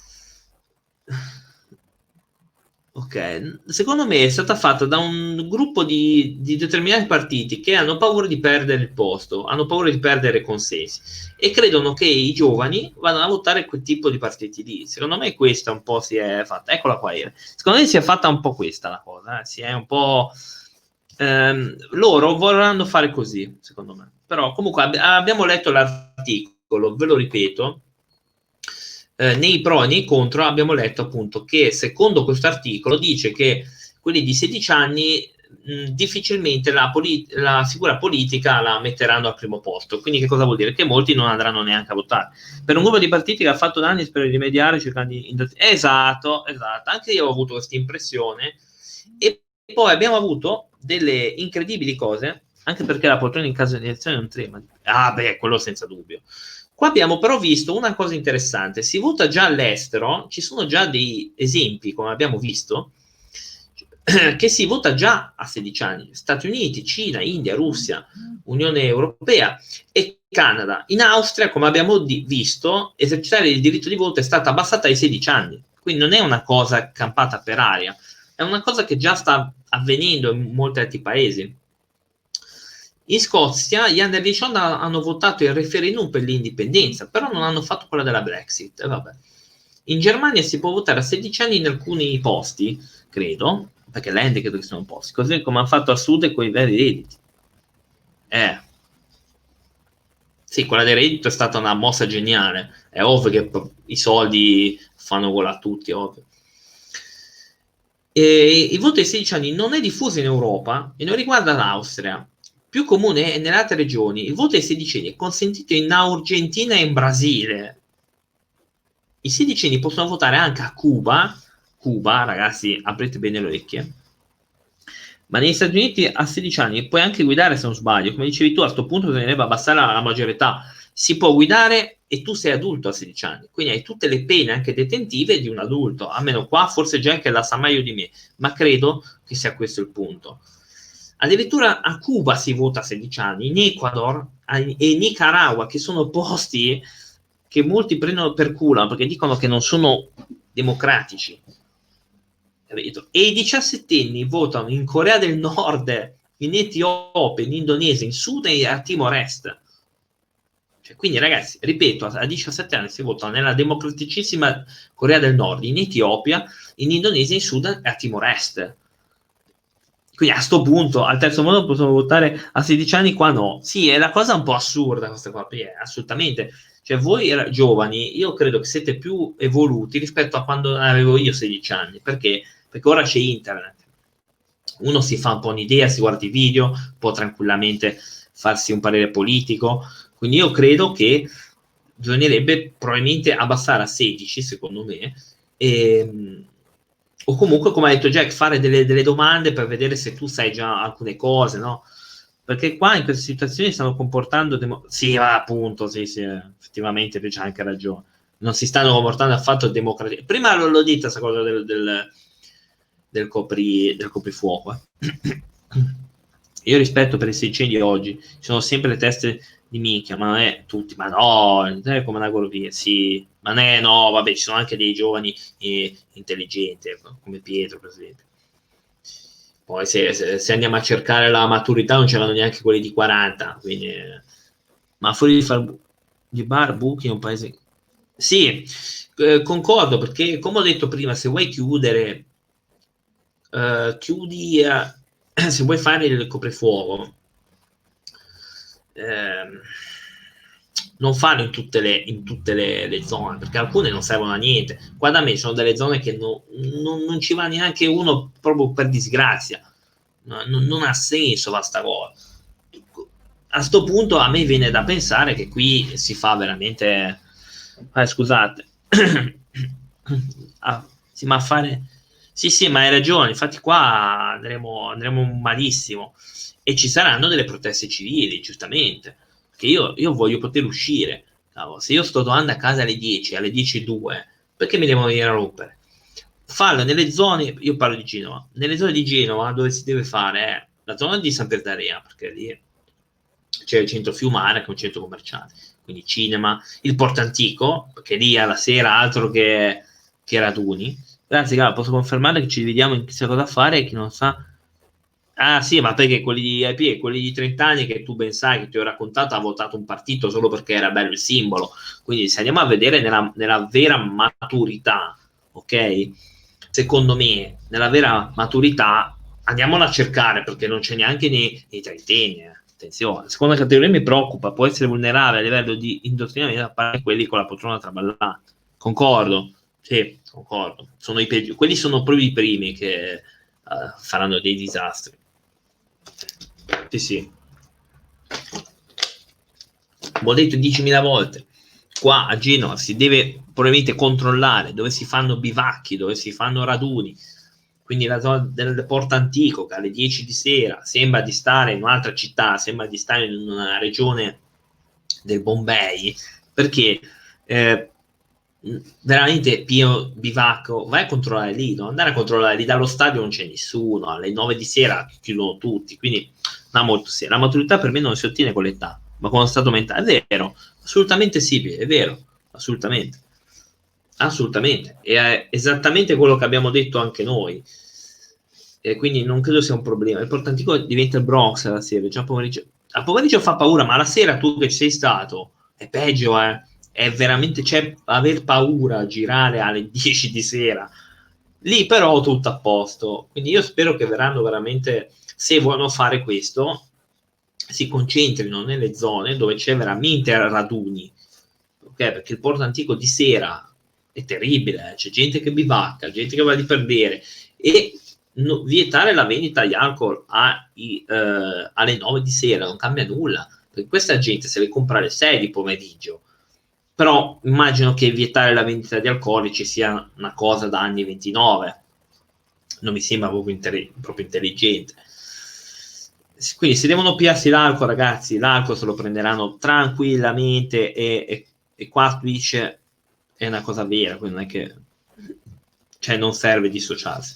ok, secondo me è stata fatta da un gruppo di determinati partiti che hanno paura di perdere il posto, hanno paura di perdere consensi e credono che i giovani vadano a votare quel tipo di partiti lì. Secondo me questa un po' si è fatta. Eccola qua. Secondo me si è fatta un po' questa la cosa. Si è un po'... loro vorranno fare così, secondo me. Però comunque abbiamo letto l'articolo, ve lo ripeto. Nei pro e nei contro abbiamo letto appunto che secondo questo articolo dice che quelli di 16 anni difficilmente la figura politica la metteranno al primo posto. Quindi che cosa vuol dire? Che molti non andranno neanche a votare. Per un gruppo di partiti che ha fatto danni per rimediare cercando di... Esatto, esatto. Anche io ho avuto questa impressione e poi abbiamo avuto delle incredibili cose, anche perché la poltrona in caso di elezione è un tema. Ah beh, quello senza dubbio. Qua abbiamo però visto una cosa interessante, si vota già all'estero, ci sono già dei esempi, come abbiamo visto, che si vota già a 16 anni, Stati Uniti, Cina, India, Russia, Unione Europea e Canada. In Austria, come abbiamo visto, esercitare il diritto di voto è stata abbassata ai 16 anni, quindi non è una cosa campata per aria, è una cosa che già sta avvenendo in molti altri paesi. In Scozia gli under 18 hanno votato il referendum per l'indipendenza, però non hanno fatto quella della Brexit. Vabbè. In Germania si può votare a 16 anni in alcuni posti, credo, perché l'ende credo che siano posti, così come hanno fatto a sud con i veri redditi. Sì, quella del reddito è stata una mossa geniale. È ovvio che i soldi fanno gola a tutti, ovvio. Il voto ai 16 anni non è diffuso in Europa e non riguarda l'Austria. Più comune è nelle altre regioni. Il voto ai 16 anni è consentito in Argentina e in Brasile. I 16 anni possono votare anche a Cuba. Cuba, ragazzi, aprite bene le orecchie. Ma negli Stati Uniti a 16 anni puoi anche guidare se non sbaglio. Come dicevi tu, a questo punto bisognerebbe abbassare la maggiore età. Si può guidare e tu sei adulto a 16 anni, quindi hai tutte le pene anche detentive di un adulto. Almeno qua forse Jack la sa meglio di me, ma credo che sia questo il punto. Addirittura a Cuba si vota a 16 anni, in Ecuador e Nicaragua, che sono posti che molti prendono per culo perché dicono che non sono democratici. E i 17enni votano in Corea del Nord, in Etiopia, in Indonesia, in Sud e a Timor Est. Cioè, quindi ragazzi, ripeto, a 17 anni si vota nella democraticissima Corea del Nord, in Etiopia, in Indonesia, in Sud e a Timor Est. Quindi a sto punto, al terzo mondo possono votare a 16 anni, qua no. Sì, è la cosa un po' assurda questa qua, assolutamente. Cioè voi giovani, io credo che siete più evoluti rispetto a quando avevo io 16 anni, perché ora c'è internet. Uno si fa un po' un'idea, si guarda i video, può tranquillamente farsi un parere politico. Quindi io credo che bisognerebbe probabilmente abbassare a 16, secondo me, o comunque, come ha detto Jack, fare delle domande per vedere se tu sai già alcune cose, no? Perché qua in queste situazioni stanno comportando sì, ma appunto, sì, effettivamente c'è anche ragione. Non si stanno comportando affatto democratici. Prima l'ho detta questa cosa del coprifuoco. Io rispetto per i 600 di oggi, ci sono sempre le teste di minchia, ma non è tutti, ma no, è come una gorvia, sì, ma non è, no, vabbè, ci sono anche dei giovani intelligenti, come Pietro, per esempio. Poi se andiamo a cercare la maturità non c'erano neanche quelli di 40, quindi, ma fuori di far di bar, buchi è un paese... Sì, concordo, perché come ho detto prima, se vuoi chiudere, chiudi, se vuoi fare il coprifuoco, non farlo in tutte le zone, perché alcune non servono a niente. Qua da me ci sono delle zone che non ci va neanche uno, proprio per disgrazia. Non ha senso questa cosa. A sto punto a me viene da pensare che qui si fa veramente... scusate. Sì, ma fare... Sì, ma hai ragione, infatti qua andremo malissimo e ci saranno delle proteste civili, giustamente, perché io voglio poter uscire. Cavolo, se io sto tornando a casa alle 10, alle 10:02, perché mi devono venire a rompere? Farlo nelle zone, io parlo di Genova, nelle zone di Genova dove si deve fare la zona di San Pietro perché lì c'è il centro Fiumare che è un centro commerciale, quindi cinema, il Porto Antico, perché lì alla sera altro che raduni. Grazie, cara, posso confermare che ci dividiamo in chi sa cosa fare e chi non sa. Ah sì, ma perché quelli di IP, quelli di 30 anni che tu ben sai, che ti ho raccontato, ha votato un partito solo perché era bello il simbolo. Quindi se andiamo a vedere nella vera maturità, ok? Secondo me, nella vera maturità, andiamola a cercare perché non c'è neanche nei trentenni. Attenzione, la seconda categoria mi preoccupa, può essere vulnerabile a livello di indottrinamento da parte di quelli con la poltrona traballante. Concordo, sì, concordo. Sono i peggiori, quelli sono proprio i primi che faranno dei disastri. Sì. Ho detto 10.000 volte. Qua a Genova si deve probabilmente controllare dove si fanno bivacchi, dove si fanno raduni. Quindi la zona del Porto Antico, che alle 10 di sera sembra di stare in un'altra città, sembra di stare in una regione del Bombay, perché veramente pieno bivacco, vai a controllare lì, non andare a controllare lì dallo stadio, non c'è nessuno, alle 9 di sera chiudono tutti, quindi molto seria. La maturità per me non si ottiene con l'età, ma con lo stato mentale. È vero, assolutamente sì, è vero, assolutamente. È esattamente quello che abbiamo detto anche noi. E quindi non credo sia un problema. Il Porto Antico diventa il Bronx la sera, già pomeriggio. A pomeriggio fa paura, ma la sera tu che ci sei stato è peggio, è veramente c'è aver paura a girare alle 10 di sera. Lì però tutto a posto. Quindi io spero che verranno veramente, se vogliono fare questo, si concentrino nelle zone dove c'è veramente raduni, okay? Perché il Porto Antico di sera è terribile, c'è gente che bivacca, gente che va lì per bere, e vietare la vendita di alcol alle 9 di sera non cambia nulla, perché questa gente se le compra alle 6 di pomeriggio. Però immagino che vietare la vendita di alcolici sia una cosa da anni 29, non mi sembra proprio intelligente. Quindi se devono piarsi l'alcol, ragazzi, l'alcol se lo prenderanno tranquillamente, e qua Twitch è una cosa vera, quindi non è che, cioè, non serve dissociarsi.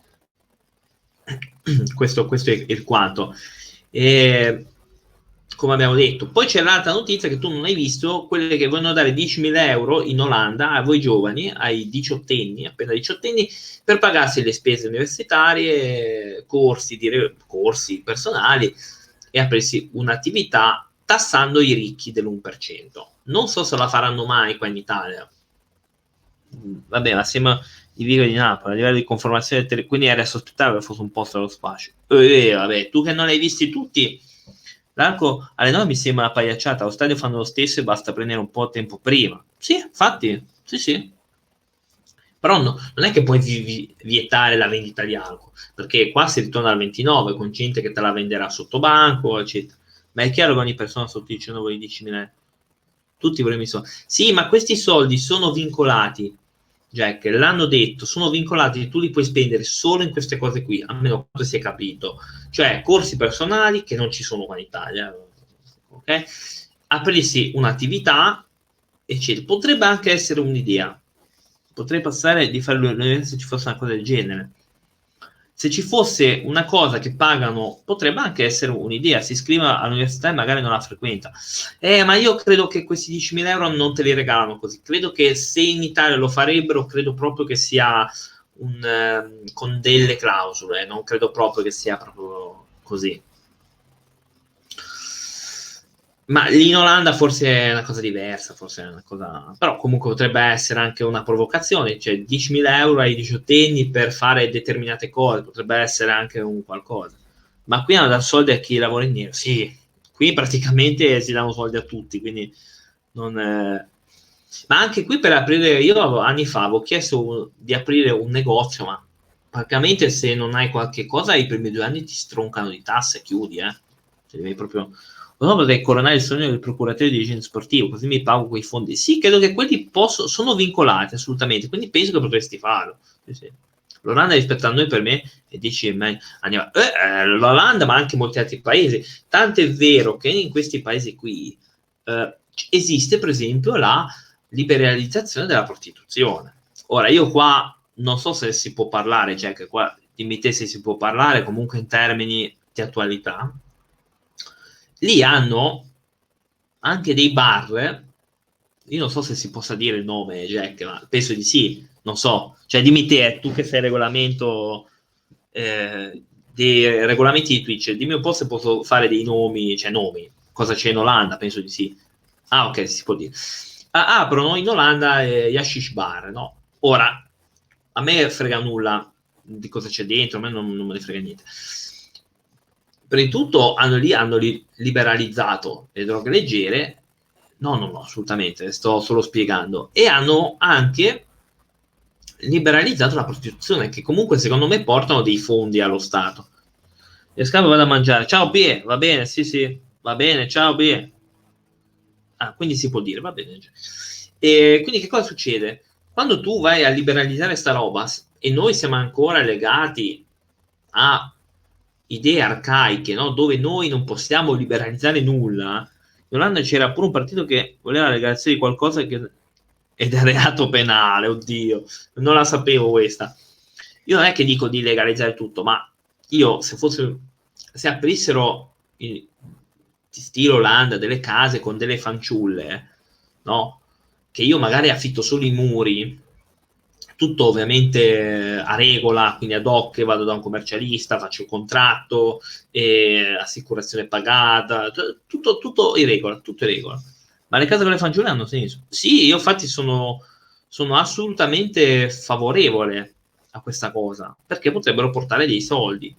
Questo è il quanto. E, come abbiamo detto, poi c'è l'altra notizia che tu non hai visto, quelle che vogliono dare 10.000 euro in Olanda a voi giovani, ai diciottenni, appena diciottenni, per pagarsi le spese universitarie, corsi personali, e aprirsi un'attività tassando i ricchi dell'1%. Non so se la faranno mai qua in Italia. Vabbè, ma sembra di Vigo di Napoli, a livello di conformazione quindi era sospettabile che fosse un posto allo spazio. Vabbè, tu che non l'hai visti tutti, l'arco alle 9 mi sembra una pagliacciata, allo stadio fanno lo stesso e basta prendere un po' tempo prima. Sì, infatti, sì. Però non è che puoi vietare la vendita di alcol, perché qua si ritorna al 29 con gente che te la venderà sotto banco, eccetera. Ma è chiaro che ogni persona sotto i 19 di 10.000 tutti i problemi sono. Sì, ma questi soldi sono vincolati, Jack, l'hanno detto, sono vincolati, tu li puoi spendere solo in queste cose qui, almeno quanto si è capito. Cioè, corsi personali che non ci sono qua in Italia, ok? Aprirsi un'attività, eccetera. Potrebbe anche essere un'idea. Potrei passare di fare l'università se ci fosse una cosa del genere. Se ci fosse una cosa che pagano, potrebbe anche essere un'idea, si iscrive all'università e magari non la frequenta. Ma io credo che questi 10.000 euro non te li regalano così. Credo che se in Italia lo farebbero, credo proprio che sia con delle clausole, non credo proprio che sia proprio così. Ma lì in Olanda forse è una cosa diversa, forse è una cosa. Però comunque potrebbe essere anche una provocazione, cioè 10.000 euro ai diciottenni per fare determinate cose, potrebbe essere anche un qualcosa. Ma qui hanno dato soldi a chi lavora in nero, sì, qui praticamente si danno soldi a tutti, quindi non. Ma anche qui per aprire, io anni fa avevo chiesto di aprire un negozio, ma praticamente se non hai qualche cosa, i primi 2 anni ti stroncano di tasse, chiudi, Cioè, devi proprio. No, potrei coronare il sogno del procuratore di dirigente sportivo, così mi pago quei fondi. Sì, credo che quelli sono vincolati assolutamente, quindi penso che potresti farlo. Sì. L'Olanda rispetto a noi per me è 10 anni fa. L'Olanda, ma anche molti altri paesi. Tanto è vero che in questi paesi qui esiste, per esempio, la liberalizzazione della prostituzione. Ora, io qua non so se si può parlare, cioè che qua dimmi te se si può parlare comunque in termini di attualità. Lì hanno anche dei bar, io non so se si possa dire il nome, Jack, ma penso di sì, non so. Cioè dimmi te, tu che sei regolamento dei regolamenti di Twitch, dimmi un po' se posso fare dei nomi, cioè nomi, cosa c'è in Olanda, penso di sì. Ah, ok, si può dire. Aprono in Olanda gli hashish bar, no? Ora, a me frega nulla di cosa c'è dentro, a me non me ne frega niente. Prima di tutto hanno liberalizzato le droghe leggere, no, assolutamente, sto solo spiegando, e hanno anche liberalizzato la prostituzione, che comunque secondo me portano dei fondi allo Stato. E scambio vado a mangiare, ciao Pie, va bene, sì, va bene, ciao Pie. Ah, quindi si può dire, va bene. E quindi che cosa succede? Quando tu vai a liberalizzare sta roba, e noi siamo ancora legati a idee arcaiche, no? Dove noi non possiamo liberalizzare nulla. In Olanda c'era pure un partito che voleva la legalizzazione di qualcosa che ed è reato penale, oddio, non la sapevo questa. Io non è che dico di legalizzare tutto, ma io se aprissero di stile Olanda delle case con delle fanciulle, no? Che io magari affitto solo i muri, tutto ovviamente a regola, quindi ad hoc, vado da un commercialista, faccio il contratto, assicurazione pagata, tutto in regola, tutto in regola. Ma le case con le fanciulle hanno senso? Sì, io infatti sono assolutamente favorevole a questa cosa, perché potrebbero portare dei soldi.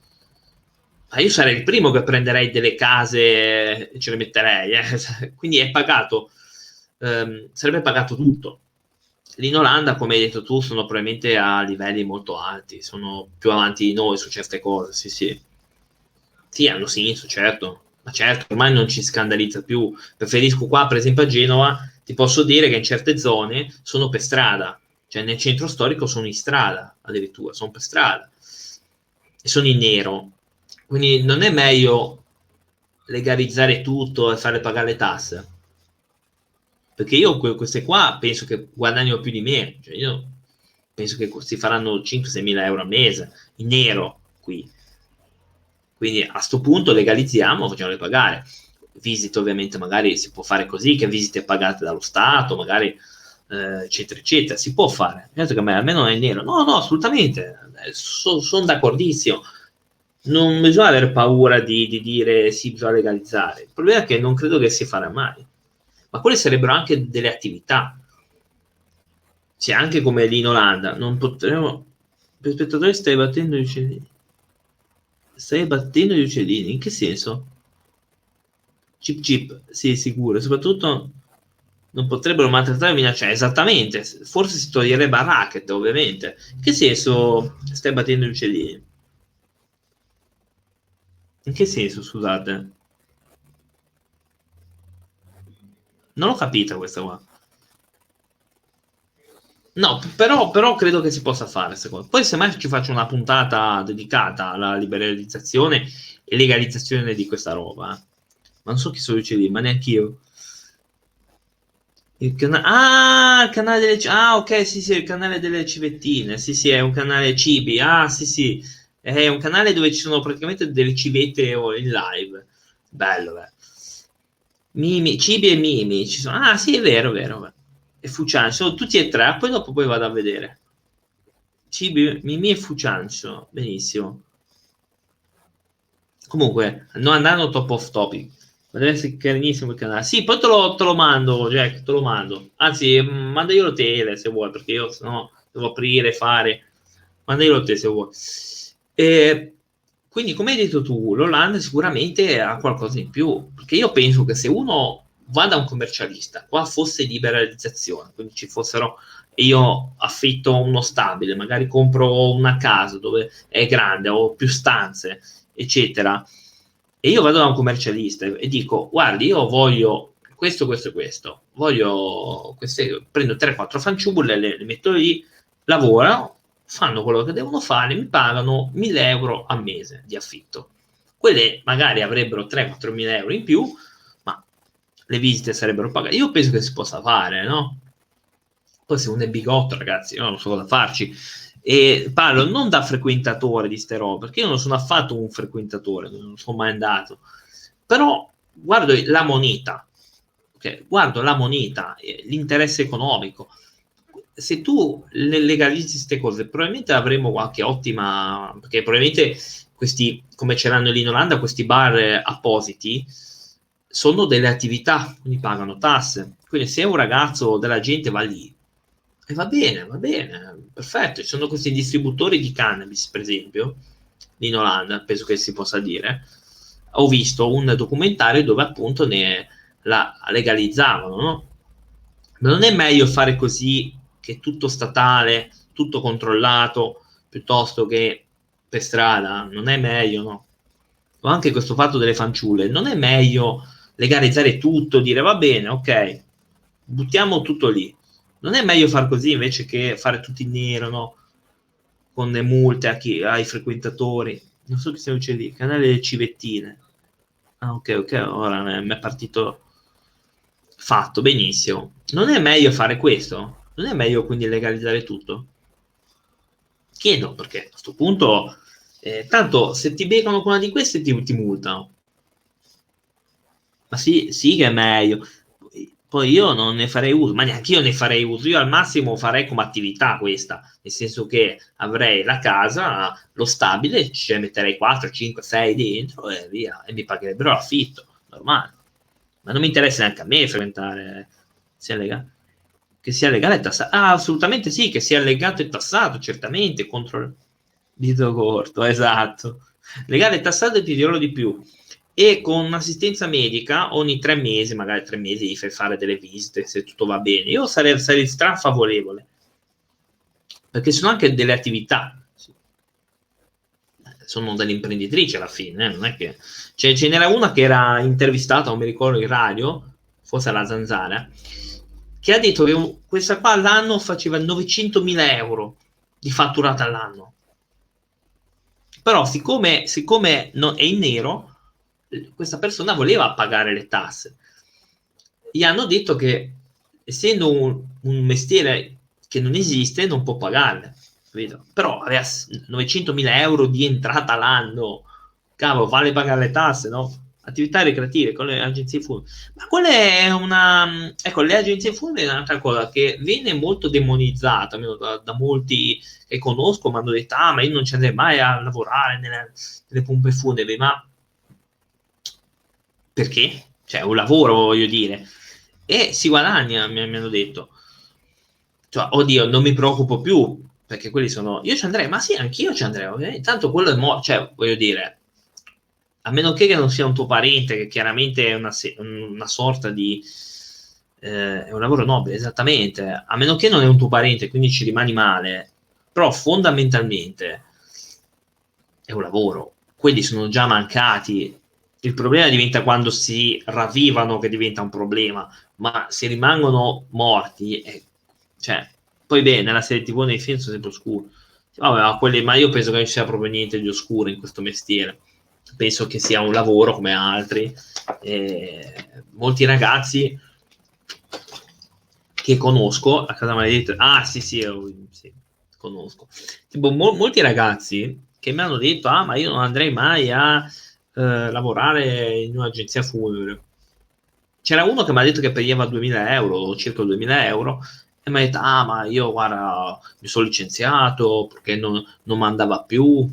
Ma io sarei il primo che prenderei delle case e ce le metterei, quindi è pagato, sarebbe pagato tutto. Lì in Olanda, come hai detto tu, sono probabilmente a livelli molto alti, sono più avanti di noi su certe cose, sì, sì. Sì, hanno senso, certo, ma certo, ormai non ci scandalizza più. Preferisco qua, per esempio a Genova, ti posso dire che in certe zone sono per strada, cioè nel centro storico sono in strada, addirittura, sono per strada e sono in nero. Quindi non è meglio legalizzare tutto e fare pagare le tasse? Perché io queste qua penso che guadagnino più di me, cioè io penso che si faranno 5-6 mila euro al mese in nero qui. Quindi a sto punto legalizziamo, facciamole pagare. Visite ovviamente magari si può fare così, che visite pagate dallo Stato, magari eccetera, eccetera, si può fare. Certo che a me almeno non è nero. No, assolutamente, sono d'accordissimo. Non bisogna avere paura di dire sì, bisogna legalizzare. Il problema è che non credo che si farà mai. Ma quelle sarebbero anche delle attività. Sì, anche come lì in Olanda, non potremo... Per spettatori stai battendo gli uccellini. Stai battendo gli uccellini, in che senso? Chip chip, sì, sicuro. Soprattutto non potrebbero maltrattare e minacciare. Esattamente. Forse si toglierebbe a racket, ovviamente. In che senso stai battendo gli uccellini? In che senso, scusate? Non l'ho capita questa qua. No, però credo che si possa fare, secondo me. Poi semmai ci faccio una puntata dedicata alla liberalizzazione e legalizzazione di questa roba. Ma non so chi sono i ma neanche io. Il canale delle ah, ok, sì, sì, il canale delle civettine. Sì, sì, è un canale cibi. Ah, sì, sì. È un canale dove ci sono praticamente delle civette in live. Bello, beh. Mimi, cibi e mimi. Ci sono... Ah, sì, è vero, è vero. Beh. E Fucian, sono tutti e tre. Poi dopo poi vado a vedere. Cibi, Mimì e Fuciancio, benissimo. Comunque, non andando troppo off topic, ma deve essere carinissimo il canale. Sì, poi te lo mando, Jack, te lo mando. Anzi, mandaglielo te se vuoi, perché io se no devo aprire, fare. Mandaglielo te se vuoi. E, quindi, come hai detto tu, l'Olanda sicuramente ha qualcosa in più, perché io penso che se uno va da un commercialista, qua fosse liberalizzazione, quindi ci fossero io affitto uno stabile, magari compro una casa dove è grande, ho più stanze, eccetera, e io vado da un commercialista e dico, guardi, io voglio questo, questo e questo, voglio queste, prendo 3-4 fanciulle, le metto lì, lavorano, fanno quello che devono fare, mi pagano 1000 euro a mese di affitto. Quelle magari avrebbero 3-4 mila euro in più, ma le visite sarebbero pagate. Io penso che si possa fare, no? Poi se uno è bigotto, ragazzi, io non so cosa farci. E parlo non da frequentatore di ste robe, perché io non sono affatto un frequentatore, non sono mai andato. Però guardo la moneta, okay? Guardo la moneta, l'interesse economico. Se tu legalizzi queste cose, probabilmente avremo qualche ottima, perché probabilmente questi, come ce l'hanno lì in Olanda, questi bar appositi sono delle attività, quindi pagano tasse. Quindi se un ragazzo della gente va lì, e va bene, perfetto. Ci sono questi distributori di cannabis, per esempio, in Olanda, penso che si possa dire. Ho visto un documentario dove appunto la legalizzavano, no? Ma non è meglio fare così che tutto statale, tutto controllato, piuttosto che per strada? Non è meglio, no? O anche questo fatto delle fanciulle, non è meglio legalizzare tutto, dire va bene, ok, buttiamo tutto lì. Non è meglio far così invece che fare tutto in nero, no? Con le multe ai frequentatori. Non so che se c'è lì, canale delle civettine. Ah, ok, ok, ora mi è partito fatto, benissimo. Non è meglio fare questo? Non è meglio quindi legalizzare tutto? Chiedo, perché a questo punto, tanto se ti beccano con una di queste ti multano. Ma sì, sì che è meglio. Poi io non ne farei uso, ma neanche io ne farei uso. Io al massimo farei come attività questa, nel senso che avrei la casa, lo stabile, ci metterei 4, 5, 6 dentro e via, e mi pagherebbero l'affitto, normale. Ma non mi interessa neanche a me frequentare, sia legale. Che sia legale e tassato. Ah, assolutamente sì, che sia legato e tassato, certamente, contro il dito corto, esatto. Legale e tassato e ti dirò di più e con un'assistenza medica ogni 3 mesi, magari 3 mesi, gli fai fare delle visite se tutto va bene. Io sarei strafavorevole perché sono anche delle attività, sono delle imprenditrici alla fine, non è che ce n'era una che era intervistata, non mi ricordo in radio, forse alla Zanzara, che ha detto che questa qua all'anno faceva 900.000 euro di fatturata all'anno. Però siccome è in nero, questa persona voleva pagare le tasse. Gli hanno detto che essendo un mestiere che non esiste, non può pagarle. Capito? Però aveva 900.000 euro di entrata l'anno, cavolo, vale pagare le tasse, no? Attività ricreative con le agenzie funebri. Ma quella è una... Ecco, le agenzie funebri è un'altra cosa che viene molto demonizzata, almeno da molti che conosco, mi hanno detto, ah, ma io non ci andrei mai a lavorare nelle pompe funebri, ma perché? Cioè, è un lavoro, voglio dire. E si guadagna, mi hanno detto. cioè, oddio, non mi preoccupo più, perché quelli sono... Io ci andrei, ma sì, anch'io ci andrei, ovviamente. Tanto quello è cioè, voglio dire, a meno che non sia un tuo parente, che chiaramente è una sorta di... è un lavoro nobile, esattamente. A meno che non è un tuo parente, quindi ci rimani male. Però fondamentalmente è un lavoro. Quelli sono già mancati. Il problema diventa quando si ravvivano, che diventa un problema. Ma se rimangono morti, cioè, poi bene, nella serie TV nei film sono sempre oscuri. Vabbè, ma io penso che non ci sia proprio niente di oscuro in questo mestiere. Penso che sia un lavoro come altri. Molti ragazzi che conosco a casa maledetta, sì, conosco. Tipo, molti ragazzi che mi hanno detto: ah, ma io non andrei mai a lavorare in un'agenzia funebre. C'era uno che mi ha detto che prendeva 2000 euro, circa 2000 euro, e mi ha detto: ah, ma io guarda, mi sono licenziato perché non mi andava più,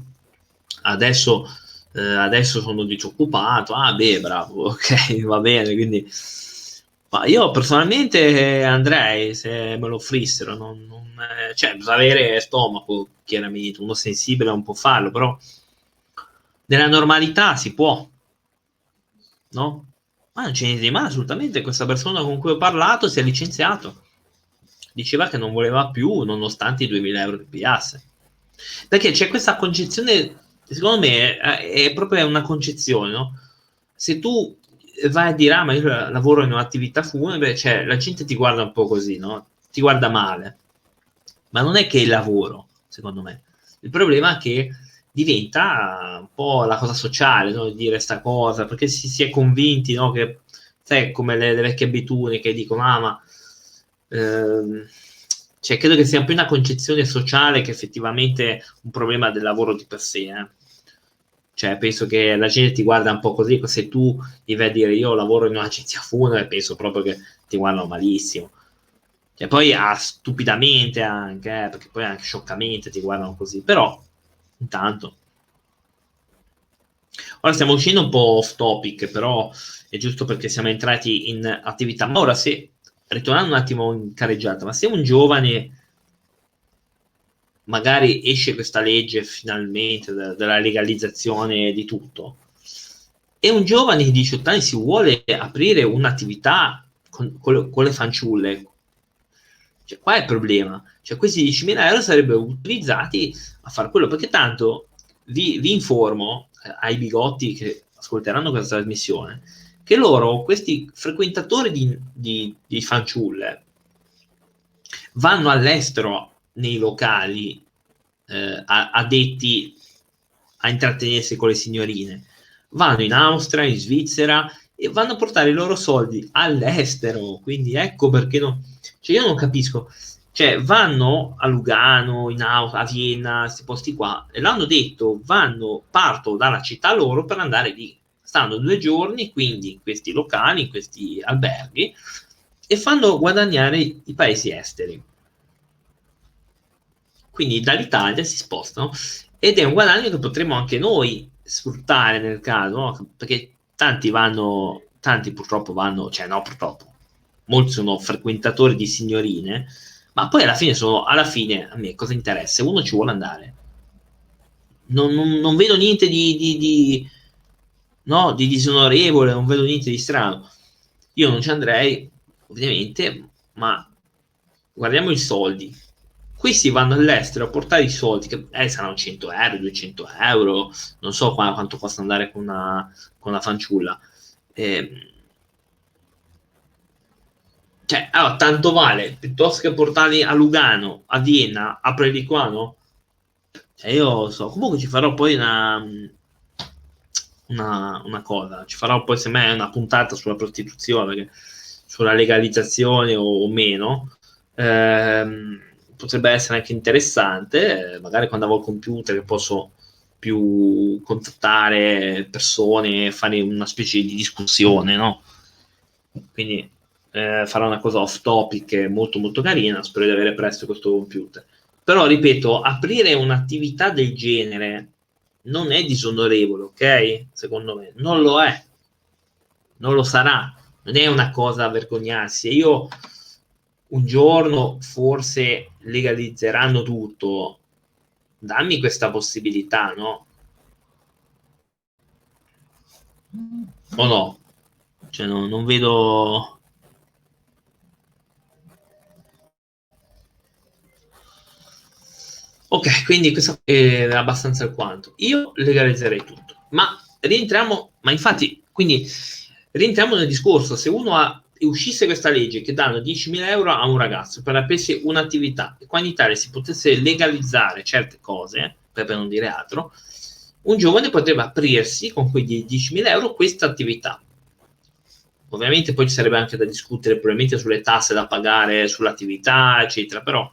adesso sono disoccupato. Ah, beh, bravo, ok, va bene. Quindi, ma io personalmente andrei se me lo offrissero. Cioè, bisogna avere stomaco, chiaramente. Uno sensibile non può farlo, però nella normalità si può, no? Ma non c'è niente di male, assolutamente. Questa persona con cui ho parlato si è licenziato. Diceva che non voleva più, nonostante i 2000 euro che pigliasse. Perché c'è questa concezione, secondo me, è proprio una concezione, no? Se tu vai a dire, ah, ma io lavoro in un'attività funebre, cioè la gente ti guarda un po' così, no? Ti guarda male. Ma non è che è il lavoro, secondo me. Il problema è che diventa un po' la cosa sociale, no? Dire sta cosa, perché si è convinti, no? Che, sai, come le vecchie abitudini che dicono, ah, ma... cioè, credo che sia più una concezione sociale che effettivamente un problema del lavoro di per sé, eh. Cioè, penso che la gente ti guarda un po' così, se tu gli vai a dire io lavoro in un'agenzia funebre, penso proprio che ti guardano malissimo. Cioè, poi stupidamente anche, perché poi anche scioccamente ti guardano così, però intanto. Ora stiamo uscendo un po' off topic, però è giusto perché siamo entrati in attività. Ma ora, se ritornando un attimo in carreggiata, ma se un giovane magari esce questa legge finalmente della legalizzazione di tutto, e un giovane di 18 anni si vuole aprire un'attività con le fanciulle, cioè, qua è il problema. Cioè, questi 10.000 euro sarebbero utilizzati a fare quello, perché tanto vi informo ai bigotti che ascolteranno questa trasmissione che loro, questi frequentatori di fanciulle, vanno all'estero nei locali addetti a intrattenersi con le signorine, vanno in Austria, in Svizzera e vanno a portare i loro soldi all'estero. Quindi ecco perché no. Cioè, io non capisco. Cioè, vanno a Lugano, a Vienna, questi posti qua, e l'hanno detto, partono dalla città loro per andare lì. Stanno 2 giorni, quindi in questi locali, in questi alberghi, e fanno guadagnare i paesi esteri. Quindi dall'Italia si spostano ed è un guadagno che potremmo anche noi sfruttare nel caso, no? Perché tanti purtroppo vanno, cioè no, purtroppo, molti sono frequentatori di signorine, ma poi alla fine a me cosa interessa? Uno ci vuole andare. Non vedo niente no, di disonorevole, non vedo niente di strano. Io non ci andrei, ovviamente, ma guardiamo i soldi. Questi vanno all'estero a portare i soldi, che saranno 100 euro, 200 euro, non so quanto possa andare con una fanciulla. Cioè, allora, tanto vale, piuttosto che portarli a Lugano, a Vienna, a Prediquano. Cioè, io so, comunque ci farò poi una cosa, ci farò poi se me una puntata sulla prostituzione, sulla legalizzazione o meno. Potrebbe essere anche interessante, magari quando avevo il computer che posso più contattare persone, fare una specie di discussione, no? Quindi farò una cosa off topic molto molto carina, spero di avere presto questo computer. Però ripeto, aprire un'attività del genere non è disonorevole, ok? Secondo me non lo è, non lo sarà, non è una cosa a vergognarsi. Io un giorno forse legalizzeranno tutto, dammi questa possibilità, no? O no? Cioè, non vedo... Ok, quindi questo è abbastanza alquanto. Io legalizzerei tutto, ma infatti, quindi rientriamo nel discorso, se uno uscisse questa legge che danno 10.000 euro a un ragazzo per aprire un'attività, e qua in Italia si potesse legalizzare certe cose, per non dire altro, un giovane potrebbe aprirsi con quei 10.000 euro questa attività. Ovviamente poi ci sarebbe anche da discutere probabilmente sulle tasse da pagare sull'attività, eccetera, però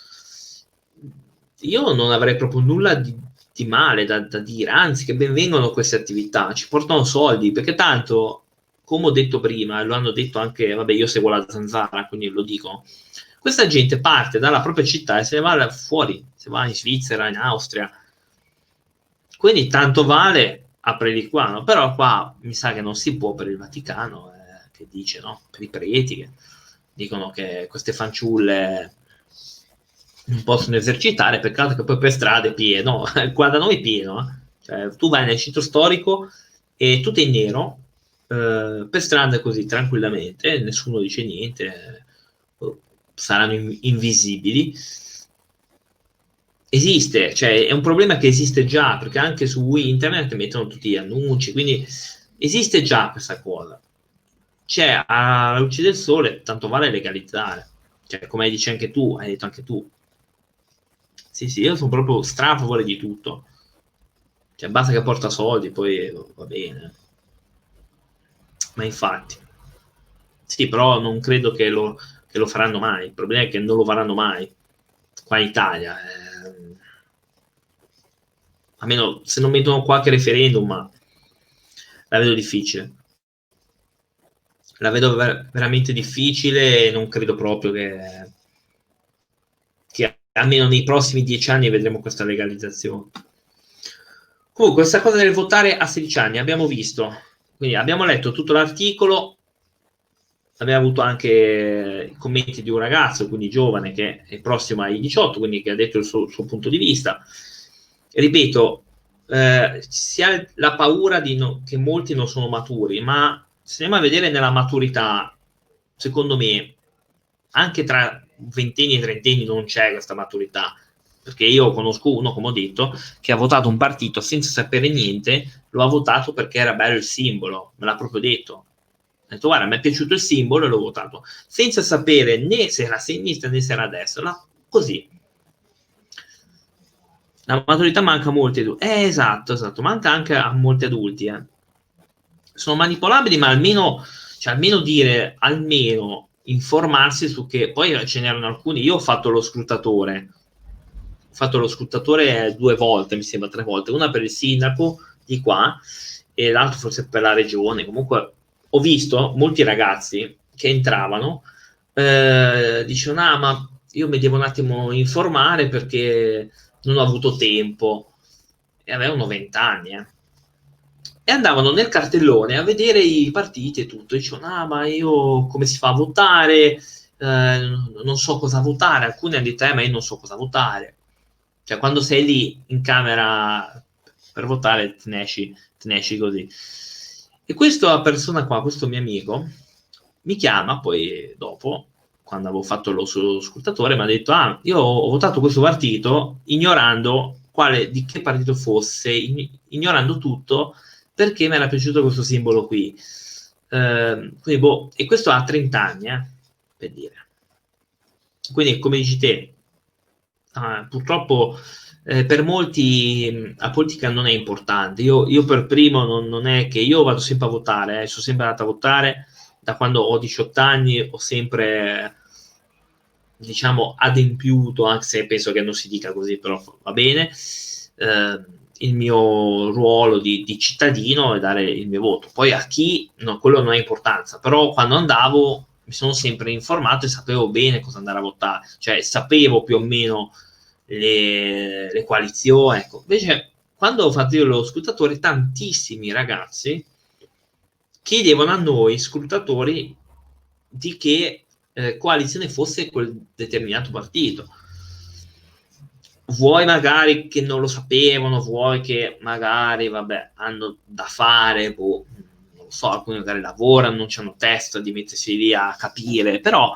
io non avrei proprio nulla di male da dire, anzi che ben vengono queste attività, ci portano soldi, perché tanto, come ho detto prima, e lo hanno detto anche, vabbè, io seguo la Zanzara, quindi lo dico, questa gente parte dalla propria città e se ne va fuori, se va in Svizzera, in Austria, quindi tanto vale aprirli qua, no? Però qua mi sa che non si può per il Vaticano, che dice, no? Per i preti, che dicono che queste fanciulle non possono esercitare, peccato che poi per strada è pieno, qua da noi è pieno, cioè, tu vai nel centro storico e tutto è in nero, per strada così tranquillamente, nessuno dice niente, saranno invisibili. Esiste, cioè è un problema che esiste già, perché anche su internet mettono tutti gli annunci, quindi esiste già questa cosa. C'è alla luce del sole, tanto vale legalizzare. Cioè, come dici anche tu, hai detto anche tu. Sì, sì, io sono proprio stra a favore di tutto. Cioè, basta che porta soldi, poi va bene. Ma infatti, sì, però non credo che lo faranno mai. Il problema è che non lo faranno mai qua in Italia. A meno se non mettono qualche referendum, ma la vedo difficile. La vedo veramente difficile e non credo proprio che almeno nei prossimi 10 anni vedremo questa legalizzazione. Comunque, questa cosa del votare a 16 anni abbiamo visto, quindi abbiamo letto tutto l'articolo, abbiamo avuto anche i commenti di un ragazzo, quindi giovane, che è prossimo ai 18, quindi che ha detto il suo punto di vista. Ripeto, si ha la paura che molti non sono maturi, ma se andiamo a vedere nella maturità, secondo me, anche tra ventenni e trentenni non c'è questa maturità, perché io conosco uno, come ho detto, che ha votato un partito senza sapere niente, lo ha votato perché era bello il simbolo, me l'ha proprio detto. Ha detto, guarda, mi è piaciuto il simbolo e l'ho votato, senza sapere né se era a sinistra né se era a destra, così. La maturità manca a molti adulti. Esatto, esatto, manca anche a molti adulti. Sono manipolabili, ma almeno, cioè, almeno dire, almeno informarsi su che... Poi ce n'erano alcuni, io ho fatto lo scrutatore. Ho fatto lo scrutatore 2 volte, mi sembra 3 volte, una per il sindaco di qua e l'altro forse per la regione. Comunque ho visto molti ragazzi che entravano, dicevano, ah, ma io mi devo un attimo informare perché non ho avuto tempo. E avevano 20 anni, e andavano nel cartellone a vedere i partiti e tutto, e dicevano, ah, ma io come si fa a votare? Non so cosa votare. Alcuni hanno detto, ma io non so cosa votare. Cioè, quando sei lì in camera per votare, te ne esci così. E questa persona qua, questo mio amico, mi chiama poi dopo, quando avevo fatto lo scrutatore, mi ha detto, ah, io ho votato questo partito ignorando di che partito fosse, ignorando tutto, perché mi era piaciuto questo simbolo qui. Quindi, boh, e questo ha 30 anni, per dire. Quindi, come dici te, purtroppo per molti la politica non è importante. Io per primo non è che io vado sempre a votare, sono sempre andato a votare da quando ho 18 anni, ho sempre diciamo adempiuto, anche se penso che non si dica così, però va bene, il mio ruolo di cittadino e dare il mio voto. Poi a chi, no, quello non ha importanza, però quando andavo mi sono sempre informato e sapevo bene cosa andare a votare, cioè sapevo più o meno le coalizioni. Ecco. Invece, quando ho fatto io lo scrutatore, tantissimi ragazzi chiedevano a noi scrutatori di che coalizione fosse quel determinato partito. Vuoi magari che non lo sapevano, vuoi che magari, vabbè, hanno da fare, boh, non lo so, alcuni magari lavorano, non c'hanno testa di mettersi lì a capire, però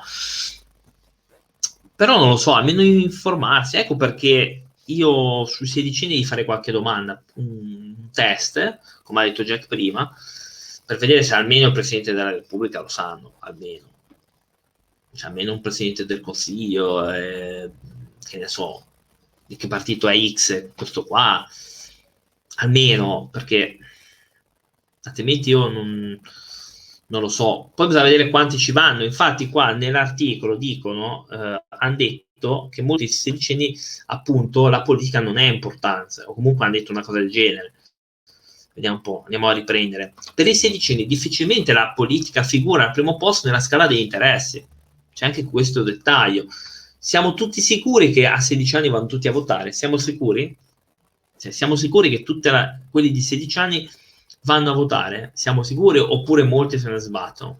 non lo so, almeno informarsi. Ecco perché io sui sedicini devi fare qualche domanda, un test, come ha detto Jack prima, per vedere se almeno il Presidente della Repubblica lo sanno, almeno. Cioè, almeno un Presidente del Consiglio, che ne so, di che partito è X, questo qua, almeno, perché altrimenti io non lo so. Poi bisogna vedere quanti ci vanno. Infatti qua nell'articolo dicono, hanno detto che molti sedicenni, appunto, la politica non è importante, o comunque hanno detto una cosa del genere. Vediamo un po', andiamo a riprendere. Per i sedicenni difficilmente la politica figura al primo posto nella scala degli interessi. C'è anche questo dettaglio. Siamo tutti sicuri che a 16 anni vanno tutti a votare? Siamo sicuri? Cioè, siamo sicuri che quelli di 16 anni vanno a votare? Siamo sicuri? Oppure molti se ne sbattono?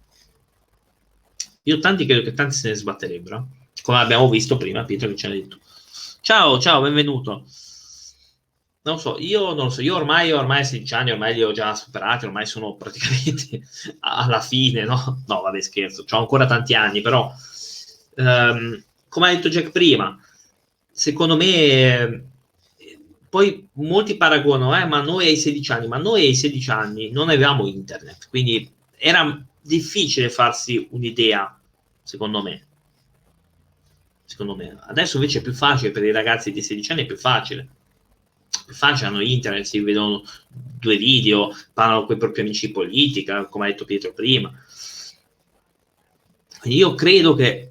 Io credo che tanti se ne sbatterebbero, come abbiamo visto prima, Pietro che ci ha detto. Ciao, benvenuto. Non lo so, io ormai a 16 anni, ormai li ho già superati, ormai sono praticamente alla fine, no? No, vabbè, scherzo, ho ancora tanti anni, però, come ha detto Jack prima, secondo me, poi molti paragonano, ma noi ai 16 anni, ma noi ai 16 anni non avevamo internet, quindi era difficile farsi un'idea, secondo me. Secondo me. Adesso invece è più facile per i ragazzi di 16 anni, è più facile hanno internet, si vedono 2 video, parlano con i propri amici di politica, come ha detto Pietro prima. Quindi io credo che,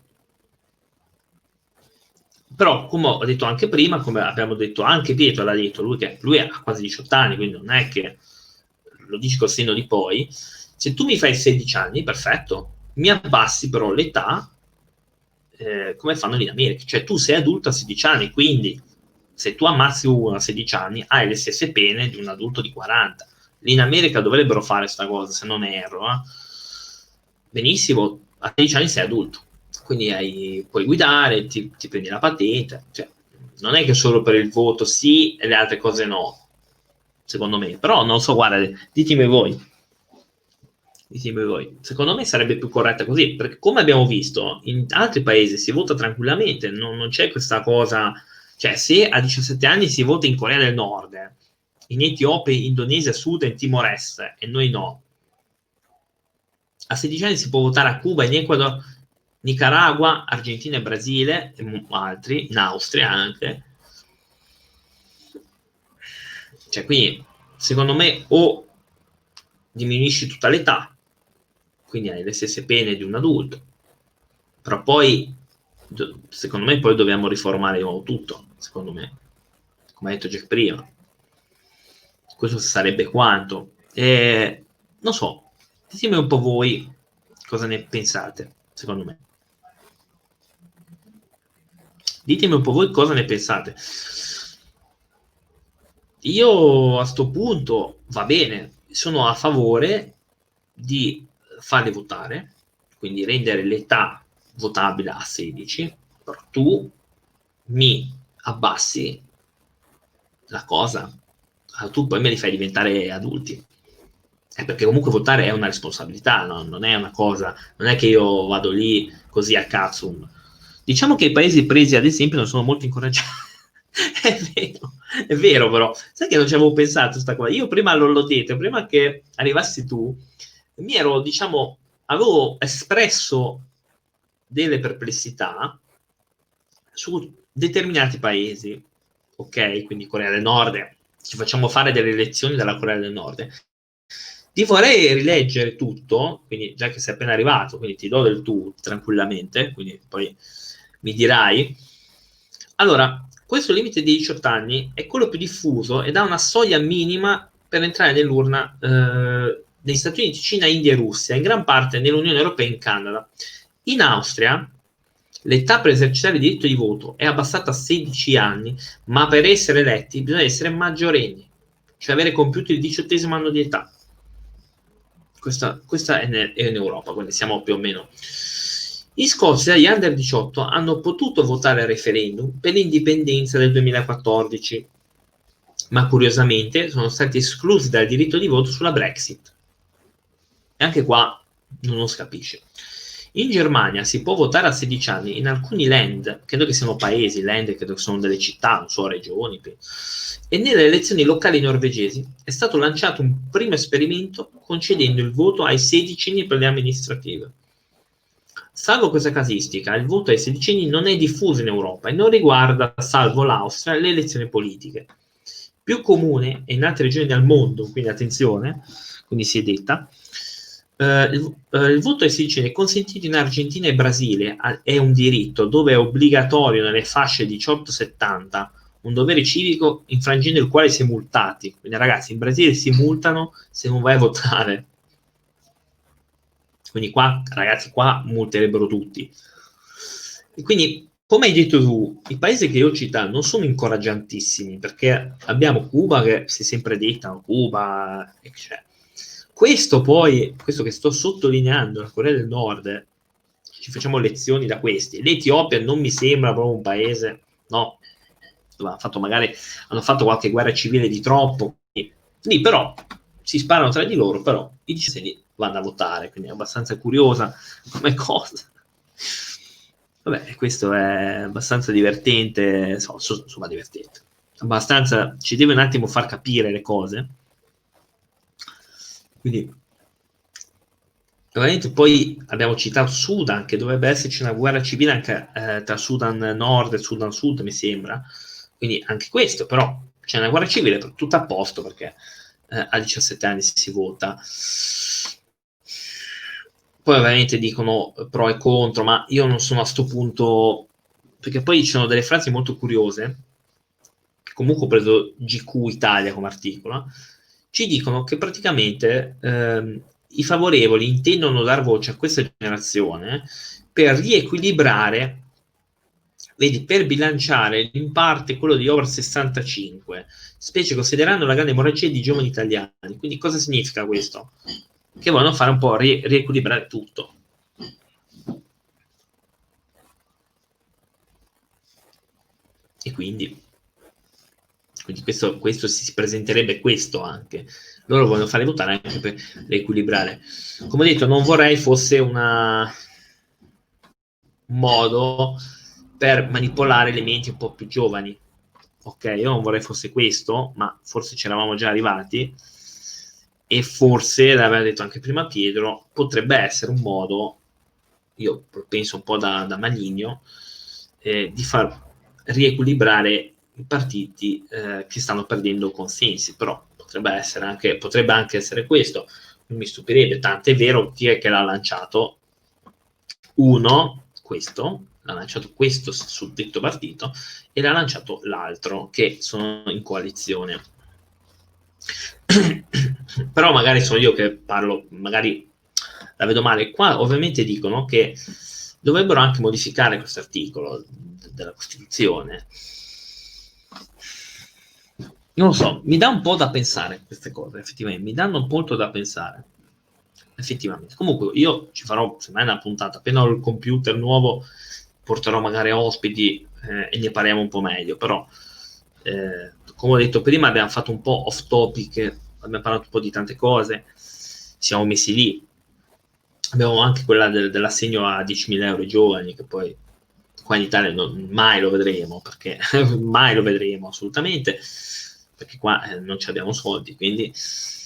però come ho detto anche prima, come abbiamo detto anche Pietro l'ha detto, lui ha quasi 18 anni, quindi non è che lo dici col senno di poi, se tu mi fai 16 anni, perfetto, mi abbassi però l'età come fanno in America, cioè tu sei adulto a 16 anni, quindi se tu ammazzi uno a 16 anni hai le stesse pene di un adulto di 40. Lì in America dovrebbero fare sta cosa, se non erro. Benissimo, a 16 anni sei adulto, quindi puoi guidare, ti prendi la patente, cioè, non è che solo per il voto sì e le altre cose no, secondo me. Però non so, guarda, ditemi voi. Secondo me sarebbe più corretta così, perché come abbiamo visto, in altri paesi si vota tranquillamente, non c'è questa cosa, cioè se a 17 anni si vota in Corea del Nord, in Etiopia, Indonesia, Sud e in Timor Est, e noi no. A 16 anni si può votare a Cuba, in Ecuador, Nicaragua, Argentina e Brasile, e altri, in Austria anche. Cioè, quindi, secondo me, o diminuisci tutta l'età, quindi hai le stesse pene di un adulto, però poi secondo me poi dobbiamo riformare di nuovo tutto, secondo me, come ha detto Jack prima. Questo sarebbe quanto. Non so, ditemi un po' voi cosa ne pensate, secondo me. Ditemi un po' voi cosa ne pensate. Io a sto punto va bene, sono a favore di farli votare, quindi rendere l'età votabile a 16, però tu mi abbassi la cosa, tu poi me li fai diventare adulti. Perché comunque votare è una responsabilità, no? Non è una cosa, non è che io vado lì così a cazzo. Diciamo che i paesi presi ad esempio non sono molto incoraggiati. È vero però. Sai che non ci avevo pensato sta cosa? Io prima l'ho detto, prima che arrivassi tu, mi ero, diciamo, avevo espresso delle perplessità su determinati paesi, ok? Quindi Corea del Nord, ci facciamo fare delle lezioni dalla Corea del Nord. Ti vorrei rileggere tutto, quindi già che sei appena arrivato, quindi ti do del tu tranquillamente, quindi poi mi dirai. Allora, questo limite di 18 anni è quello più diffuso ed ha una soglia minima per entrare nell'urna negli Stati Uniti, Cina, India e Russia, in gran parte nell'Unione Europea e in Canada. In Austria l'età per esercitare il diritto di voto è abbassata a 16 anni, ma per essere eletti bisogna essere maggiorenni, cioè avere compiuto il 18° anno di età. Questa è in Europa, quindi siamo più o meno In Scozia gli under 18 hanno potuto votare al referendum per l'indipendenza del 2014, ma curiosamente sono stati esclusi dal diritto di voto sulla Brexit. E anche qua non lo si capisce. In Germania si può votare a 16 anni in alcuni land, credo che siano paesi, land credo che sono delle città, non so, regioni. E nelle elezioni locali norvegesi è stato lanciato un primo esperimento concedendo il voto ai sedicenni per le amministrative. Salvo questa casistica, il voto ai sedicenni non è diffuso in Europa e non riguarda, salvo l'Austria, le elezioni politiche. Più comune è in altre regioni del mondo, quindi attenzione, quindi si è detta, il voto ai sedicenni è consentito in Argentina e Brasile, è un diritto dove è obbligatorio nelle fasce 18-70 un dovere civico infrangendo il quale si è multati. Quindi ragazzi, in Brasile si multano se non vai a votare. Quindi qua, ragazzi, qua multerebbero tutti. E quindi, come hai detto tu, i paesi che io ho citato non sono incoraggiantissimi, perché abbiamo Cuba che si è sempre detta, Cuba, cioè. Questo poi, questo che sto sottolineando, la Corea del Nord, ci facciamo lezioni da questi. L'Etiopia non mi sembra proprio un paese, no, dove hanno fatto qualche guerra civile di troppo, lì però si sparano tra di loro, però i dicianni vanno a votare, quindi è abbastanza curiosa come cosa. Vabbè, questo è abbastanza divertente, insomma divertente, abbastanza, ci deve un attimo far capire le cose. Quindi ovviamente poi abbiamo citato Sudan, che dovrebbe esserci una guerra civile anche tra Sudan Nord e Sudan Sud, mi sembra. Quindi anche questo, però c'è una guerra civile, però tutto a posto perché a 17 anni si vota. Poi ovviamente dicono pro e contro, ma io non sono a sto punto, perché poi ci sono delle frasi molto curiose, che comunque ho preso GQ Italia come articolo, ci dicono che praticamente i favorevoli intendono dar voce a questa generazione per riequilibrare, vedi, per bilanciare in parte quello di over 65, specie considerando la grande emorragia di giovani italiani. Quindi cosa significa questo? Che vogliono fare un po' riequilibrare tutto. E quindi questo si presenterebbe questo anche. Loro vogliono fare votare anche per riequilibrare. Come ho detto, non vorrei fosse un modo per manipolare elementi un po' più giovani. Ok, io non vorrei fosse questo, ma forse ci eravamo già arrivati e forse, l'aveva detto anche prima Pietro, potrebbe essere un modo, io penso un po' da maligno, di far riequilibrare i partiti che stanno perdendo consensi, però potrebbe anche essere questo, non mi stupirebbe, tant'è vero chi è che l'ha lanciato? Questo, l'ha lanciato questo sul detto partito e l'ha lanciato l'altro che sono in coalizione. Però magari sono io che parlo, magari la vedo male. Qua ovviamente dicono che dovrebbero anche modificare questo articolo della Costituzione. Non lo so, mi dà un po' da pensare queste cose, effettivamente, mi danno molto da pensare. Effettivamente. Comunque io ci farò, semmai una puntata, appena ho il computer nuovo porterò magari ospiti e ne parliamo un po' meglio, però come ho detto prima abbiamo fatto un po' off topic, abbiamo parlato un po' di tante cose, siamo messi lì, abbiamo anche quella dell'assegno a 10.000 euro ai giovani, che poi qua in Italia mai lo vedremo, perché mai lo vedremo assolutamente, perché qua non ci abbiamo soldi, quindi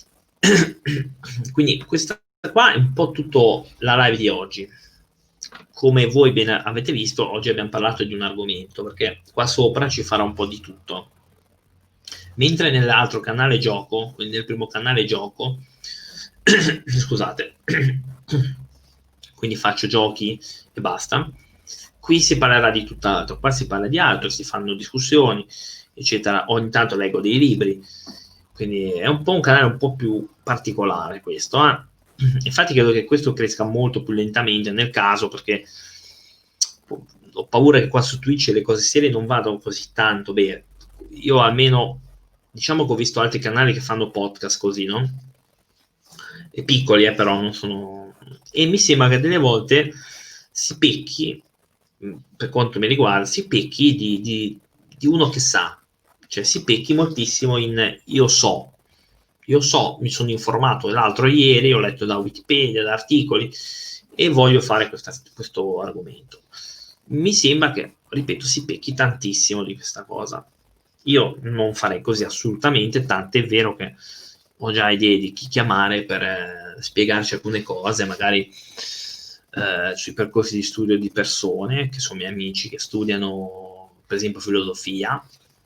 quindi questa qua è un po' tutto la live di oggi. Come voi ben avete visto, oggi abbiamo parlato di un argomento, perché qua sopra ci farà un po' di tutto. Mentre nell'altro canale gioco, quindi nel primo canale gioco, scusate, quindi faccio giochi e basta, qui si parlerà di tutt'altro, qua si parla di altro, si fanno discussioni, eccetera, ogni tanto leggo dei libri, quindi è un po' un canale un po' più particolare questo, eh? Infatti credo che questo cresca molto più lentamente nel caso, perché ho paura che qua su Twitch le cose serie non vadano così tanto bene. Io almeno, diciamo che ho visto altri canali che fanno podcast così, no? E piccoli, però non sono... E mi sembra che delle volte si pecchi, per quanto mi riguarda, si pecchi di uno che sa, cioè si pecchi moltissimo in io so, mi sono informato l'altro ieri, ho letto da Wikipedia, da articoli e voglio fare questo argomento. Mi sembra che, ripeto, si pecchi tantissimo di questa cosa. Io non farei così assolutamente, tant'è vero che ho già idee di chi chiamare per spiegarci alcune cose, magari sui percorsi di studio di persone che sono miei amici che studiano, per esempio, filosofia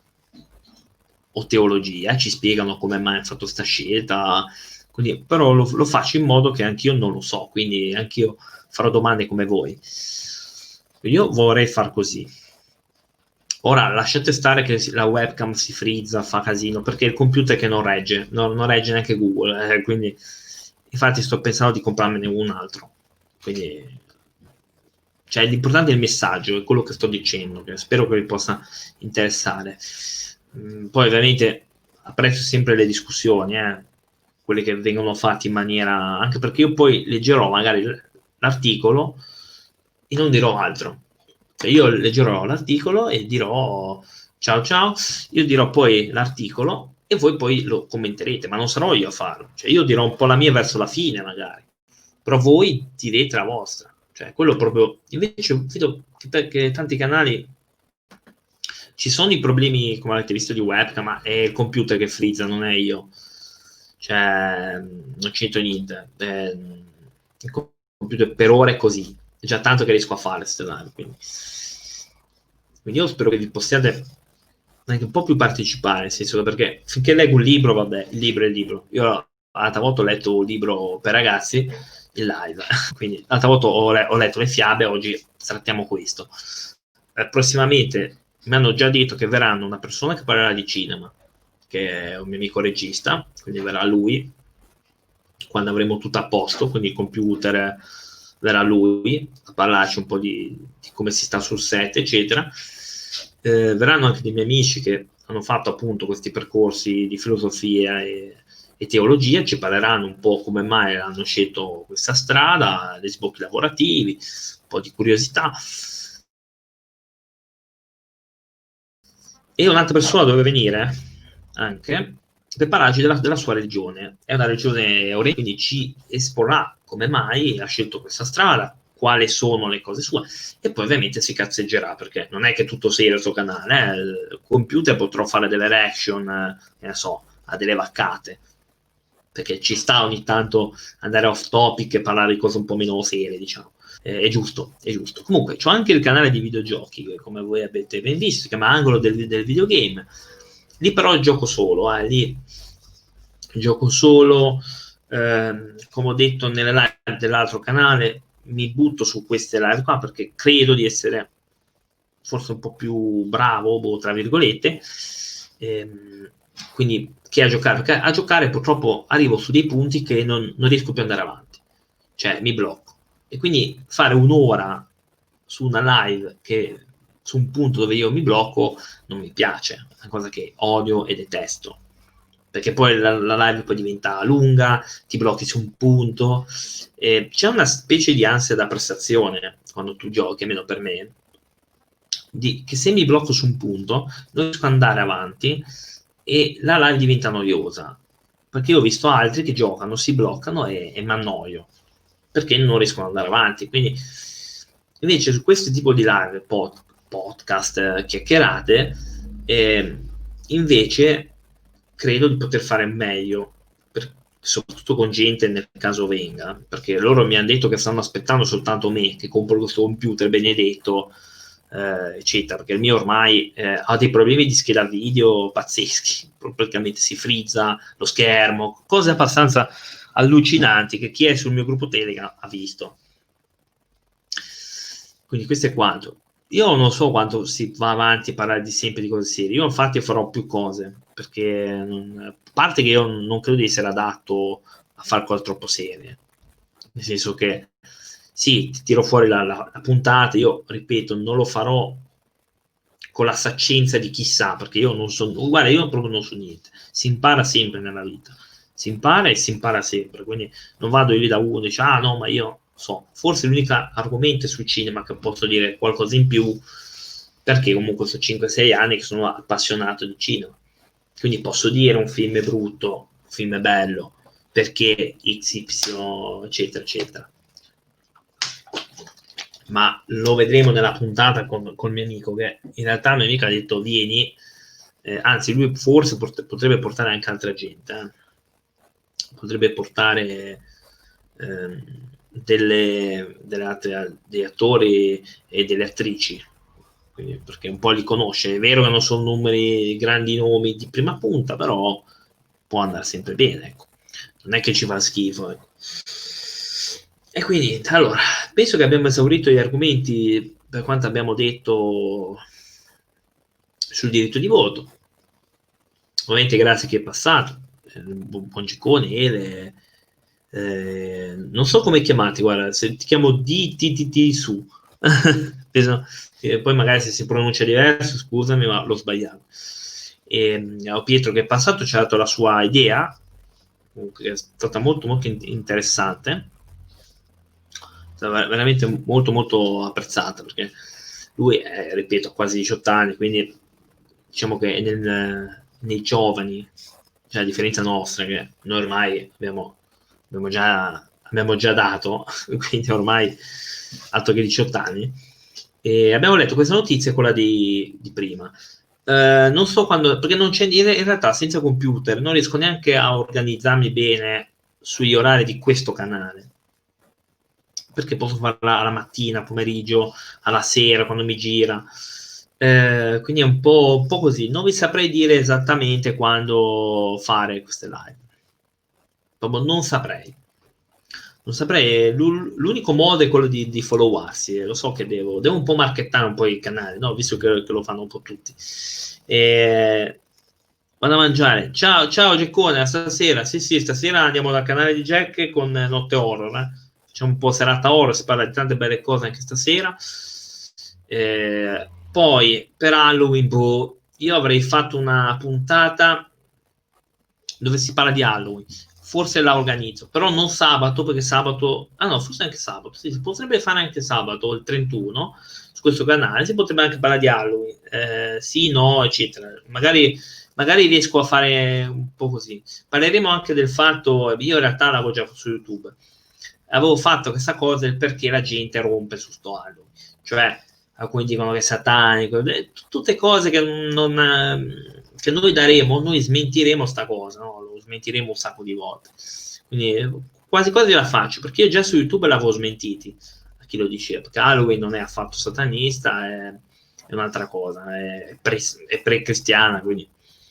o teologia, ci spiegano come mai hanno fatto questa scelta, quindi, però lo faccio in modo che anch'io non lo so, quindi anch'io farò domande come voi. Io vorrei far così. Ora lasciate stare che la webcam si frizza, fa casino, perché il computer che non regge, non regge neanche Google, quindi infatti sto pensando di comprarmene un altro. Quindi, cioè, l'importante è il messaggio, è quello che sto dicendo, che spero che vi possa interessare. Poi ovviamente apprezzo sempre le discussioni, quelle che vengono fatte in maniera, anche perché io poi leggerò magari l'articolo e non dirò altro. Cioè, io leggerò l'articolo e dirò ciao ciao, io dirò poi l'articolo e voi poi lo commenterete, ma non sarò io a farlo. Cioè, io dirò un po' la mia verso la fine magari, però voi direte la vostra. Cioè, quello proprio. Invece vedo che tanti canali ci sono i problemi, come avete visto, di webcam, ma è il computer che frizza, non è io. Cioè, non c'entro niente. Il computer per ora è così. È già tanto che riesco a fare queste live. Quindi io spero che vi possiate anche un po' più partecipare, nel senso che, perché finché leggo un libro, vabbè, il libro è il libro. Io l'altra volta ho letto un libro per ragazzi in live, quindi l'altra volta ho letto le fiabe, oggi trattiamo questo. Prossimamente mi hanno già detto che verranno una persona che parlerà di cinema, che è un mio amico regista, quindi verrà lui quando avremo tutto a posto, quindi il computer, verrà lui a parlarci un po' di come si sta sul set, eccetera. Verranno anche dei miei amici che hanno fatto appunto questi percorsi di filosofia e teologia, ci parleranno un po' come mai hanno scelto questa strada, dei sbocchi lavorativi, un po' di curiosità. E un'altra persona doveva venire anche per parlarci della sua religione. È una religione ebraica, quindi ci esporrà come mai ha scelto questa strada, quali sono le cose sue, e poi ovviamente si cazzeggerà, perché non è che tutto serio il suo canale, il computer potrò fare delle reaction, che ne so, a delle vaccate, perché ci sta ogni tanto andare off topic e parlare di cose un po' meno serie, diciamo. È giusto, è giusto. Comunque, c'ho anche il canale di videogiochi, come voi avete ben visto, si chiama Angolo del videogame. Lì però gioco solo, lì gioco solo, come ho detto nelle live dell'altro canale, mi butto su queste live qua perché credo di essere forse un po' più bravo, tra virgolette, quindi che a giocare, perché a giocare purtroppo arrivo su dei punti che non riesco più ad andare avanti, cioè mi blocco, e quindi fare un'ora su una live che su un punto dove io mi blocco non mi piace, è una cosa che odio e detesto, perché poi la live poi diventa lunga, ti blocchi su un punto, c'è una specie di ansia da prestazione quando tu giochi, almeno per me, che se mi blocco su un punto non riesco ad andare avanti e la live diventa noiosa, perché io ho visto altri che giocano, si bloccano e mi annoio perché non riescono ad andare avanti. Quindi invece su questo tipo di live, podcast, chiacchierate, invece credo di poter fare meglio, soprattutto con gente nel caso venga, perché loro mi hanno detto che stanno aspettando soltanto me che compro questo computer benedetto, eccetera, perché il mio ormai ha dei problemi di scheda video pazzeschi, praticamente si frizza lo schermo, cose abbastanza allucinanti che chi è sul mio gruppo Telegram ha visto. Quindi questo è quanto. Io non so quanto si va avanti a parlare di sempre di cose serie. Io infatti farò più cose, perché a parte che io non credo di essere adatto a fare cose troppo serie. Nel senso che sì, ti tiro fuori la puntata, io ripeto, non lo farò con la saccenza di chissà, perché io non so, guarda, io proprio non so niente. Si impara sempre nella vita. Si impara e si impara sempre, quindi non vado io lì da uno e dice, ah no, ma io so, forse l'unico argomento è sul cinema che posso dire qualcosa in più, perché comunque sono 5-6 anni che sono appassionato di cinema, quindi posso dire un film è brutto, un film è bello, perché XY, eccetera, eccetera. Ma lo vedremo nella puntata col mio amico, che in realtà il mio amico ha detto vieni, anzi lui forse potrebbe portare anche altra gente, potrebbe portare degli attori e delle attrici, quindi, perché un po' li conosce. È vero che non sono numeri, grandi nomi di prima punta, però può andare sempre bene, ecco. Non è che ci fa schifo, ecco. E quindi, allora, penso che abbiamo esaurito gli argomenti per quanto abbiamo detto sul diritto di voto. Ovviamente grazie a chi è passato, buon Giccone, Ele, non so come chiamati, guarda, se ti chiamo DTTT su, poi magari se si pronuncia diverso, scusami, ma l'ho sbagliato. Pietro che è passato ci ha dato la sua idea, che è stata molto molto interessante, veramente molto molto apprezzata, perché lui è, ripeto, ha quasi 18 anni, quindi diciamo che nei giovani, cioè a differenza nostra, che noi ormai abbiamo già dato, quindi ormai altro che 18 anni, e abbiamo letto questa notizia, quella di prima. Non so quando, perché non c'è, in realtà senza computer non riesco neanche a organizzarmi bene sugli orari di questo canale, perché posso farla alla mattina, pomeriggio, alla sera, quando mi gira. Quindi è un po' così. Non vi saprei dire esattamente quando fare queste live. Proprio non saprei. Non saprei. L'unico modo è quello di followarsi. Lo so che devo un po' marchettare un po' il canale, no? Visto che lo fanno un po' tutti. Vado a mangiare. Ciao Geccone, stasera. Sì, stasera andiamo dal canale di Jack con Notte Horror. C'è un po' serata horror, si parla di tante belle cose anche stasera. Poi per Halloween, io avrei fatto una puntata dove si parla di Halloween. Forse la organizzo, però non sabato, perché sabato, no, forse anche sabato, sì, si potrebbe fare anche sabato, il 31, su questo canale, si potrebbe anche parlare di Halloween, sì, no, eccetera. Magari riesco a fare un po' così. Parleremo anche del fatto, io in realtà l'avevo già su YouTube, avevo fatto questa cosa del perché la gente rompe su sto Halloween, cioè alcuni dicono che è satanico, tutte cose che che noi smentiremo sta cosa, no? Lo smentiremo un sacco di volte, quindi quasi quasi la faccio, perché io già su YouTube l'avevo smentiti a chi lo diceva, perché Halloween non è affatto satanista, è un'altra cosa, è pre-cristiana, quindi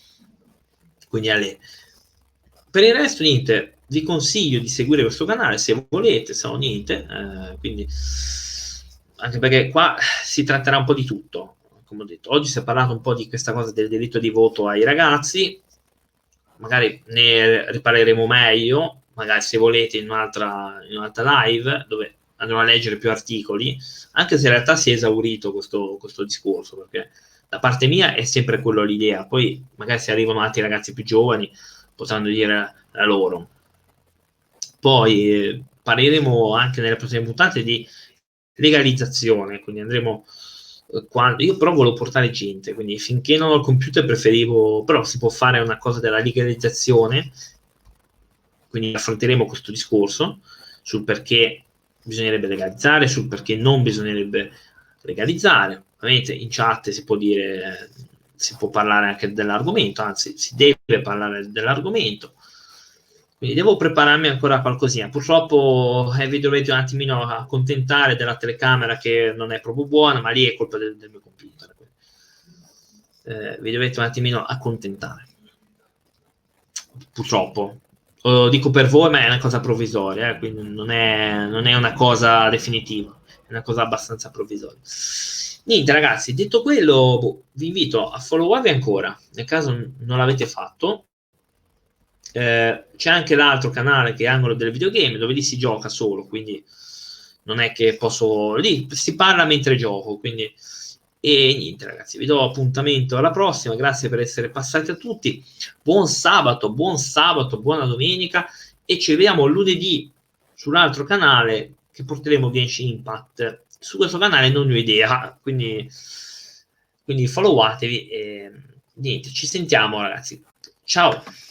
per il resto niente, vi consiglio di seguire questo canale se volete, se no niente, quindi anche perché qua si tratterà un po' di tutto, come ho detto. Oggi si è parlato un po' di questa cosa del diritto di voto ai ragazzi, magari ne riparleremo meglio, magari se volete in un'altra live, dove andremo a leggere più articoli, anche se in realtà si è esaurito questo discorso, perché da parte mia è sempre quello l'idea, poi magari se arrivano altri ragazzi più giovani potranno dire la loro. Poi parleremo anche nelle prossime puntate di legalizzazione, quindi andremo io però volevo portare gente, quindi finché non ho il computer preferivo, però si può fare una cosa della legalizzazione, quindi affronteremo questo discorso sul perché bisognerebbe legalizzare, sul perché non bisognerebbe legalizzare. Ovviamente in chat si può dire, si può parlare anche dell'argomento, anzi si deve parlare dell'argomento. Quindi devo prepararmi ancora qualcosina. Purtroppo vi dovete un attimino accontentare della telecamera che non è proprio buona, ma lì è colpa del mio computer. Vi dovete un attimino accontentare. Purtroppo. Lo dico per voi, ma è una cosa provvisoria, quindi non è una cosa definitiva, è una cosa abbastanza provvisoria. Niente ragazzi, detto quello, vi invito a followarvi ancora, nel caso non l'avete fatto. C'è anche l'altro canale che è Angolo del Videogame, dove lì si gioca solo, quindi non è che posso, lì si parla mentre gioco, quindi e niente ragazzi, vi do appuntamento alla prossima, grazie per essere passati a tutti, buon sabato, buona domenica, e ci vediamo lunedì sull'altro canale che porteremo Genshin Impact su questo canale non ne ho idea, quindi followatevi e niente, ci sentiamo ragazzi, ciao.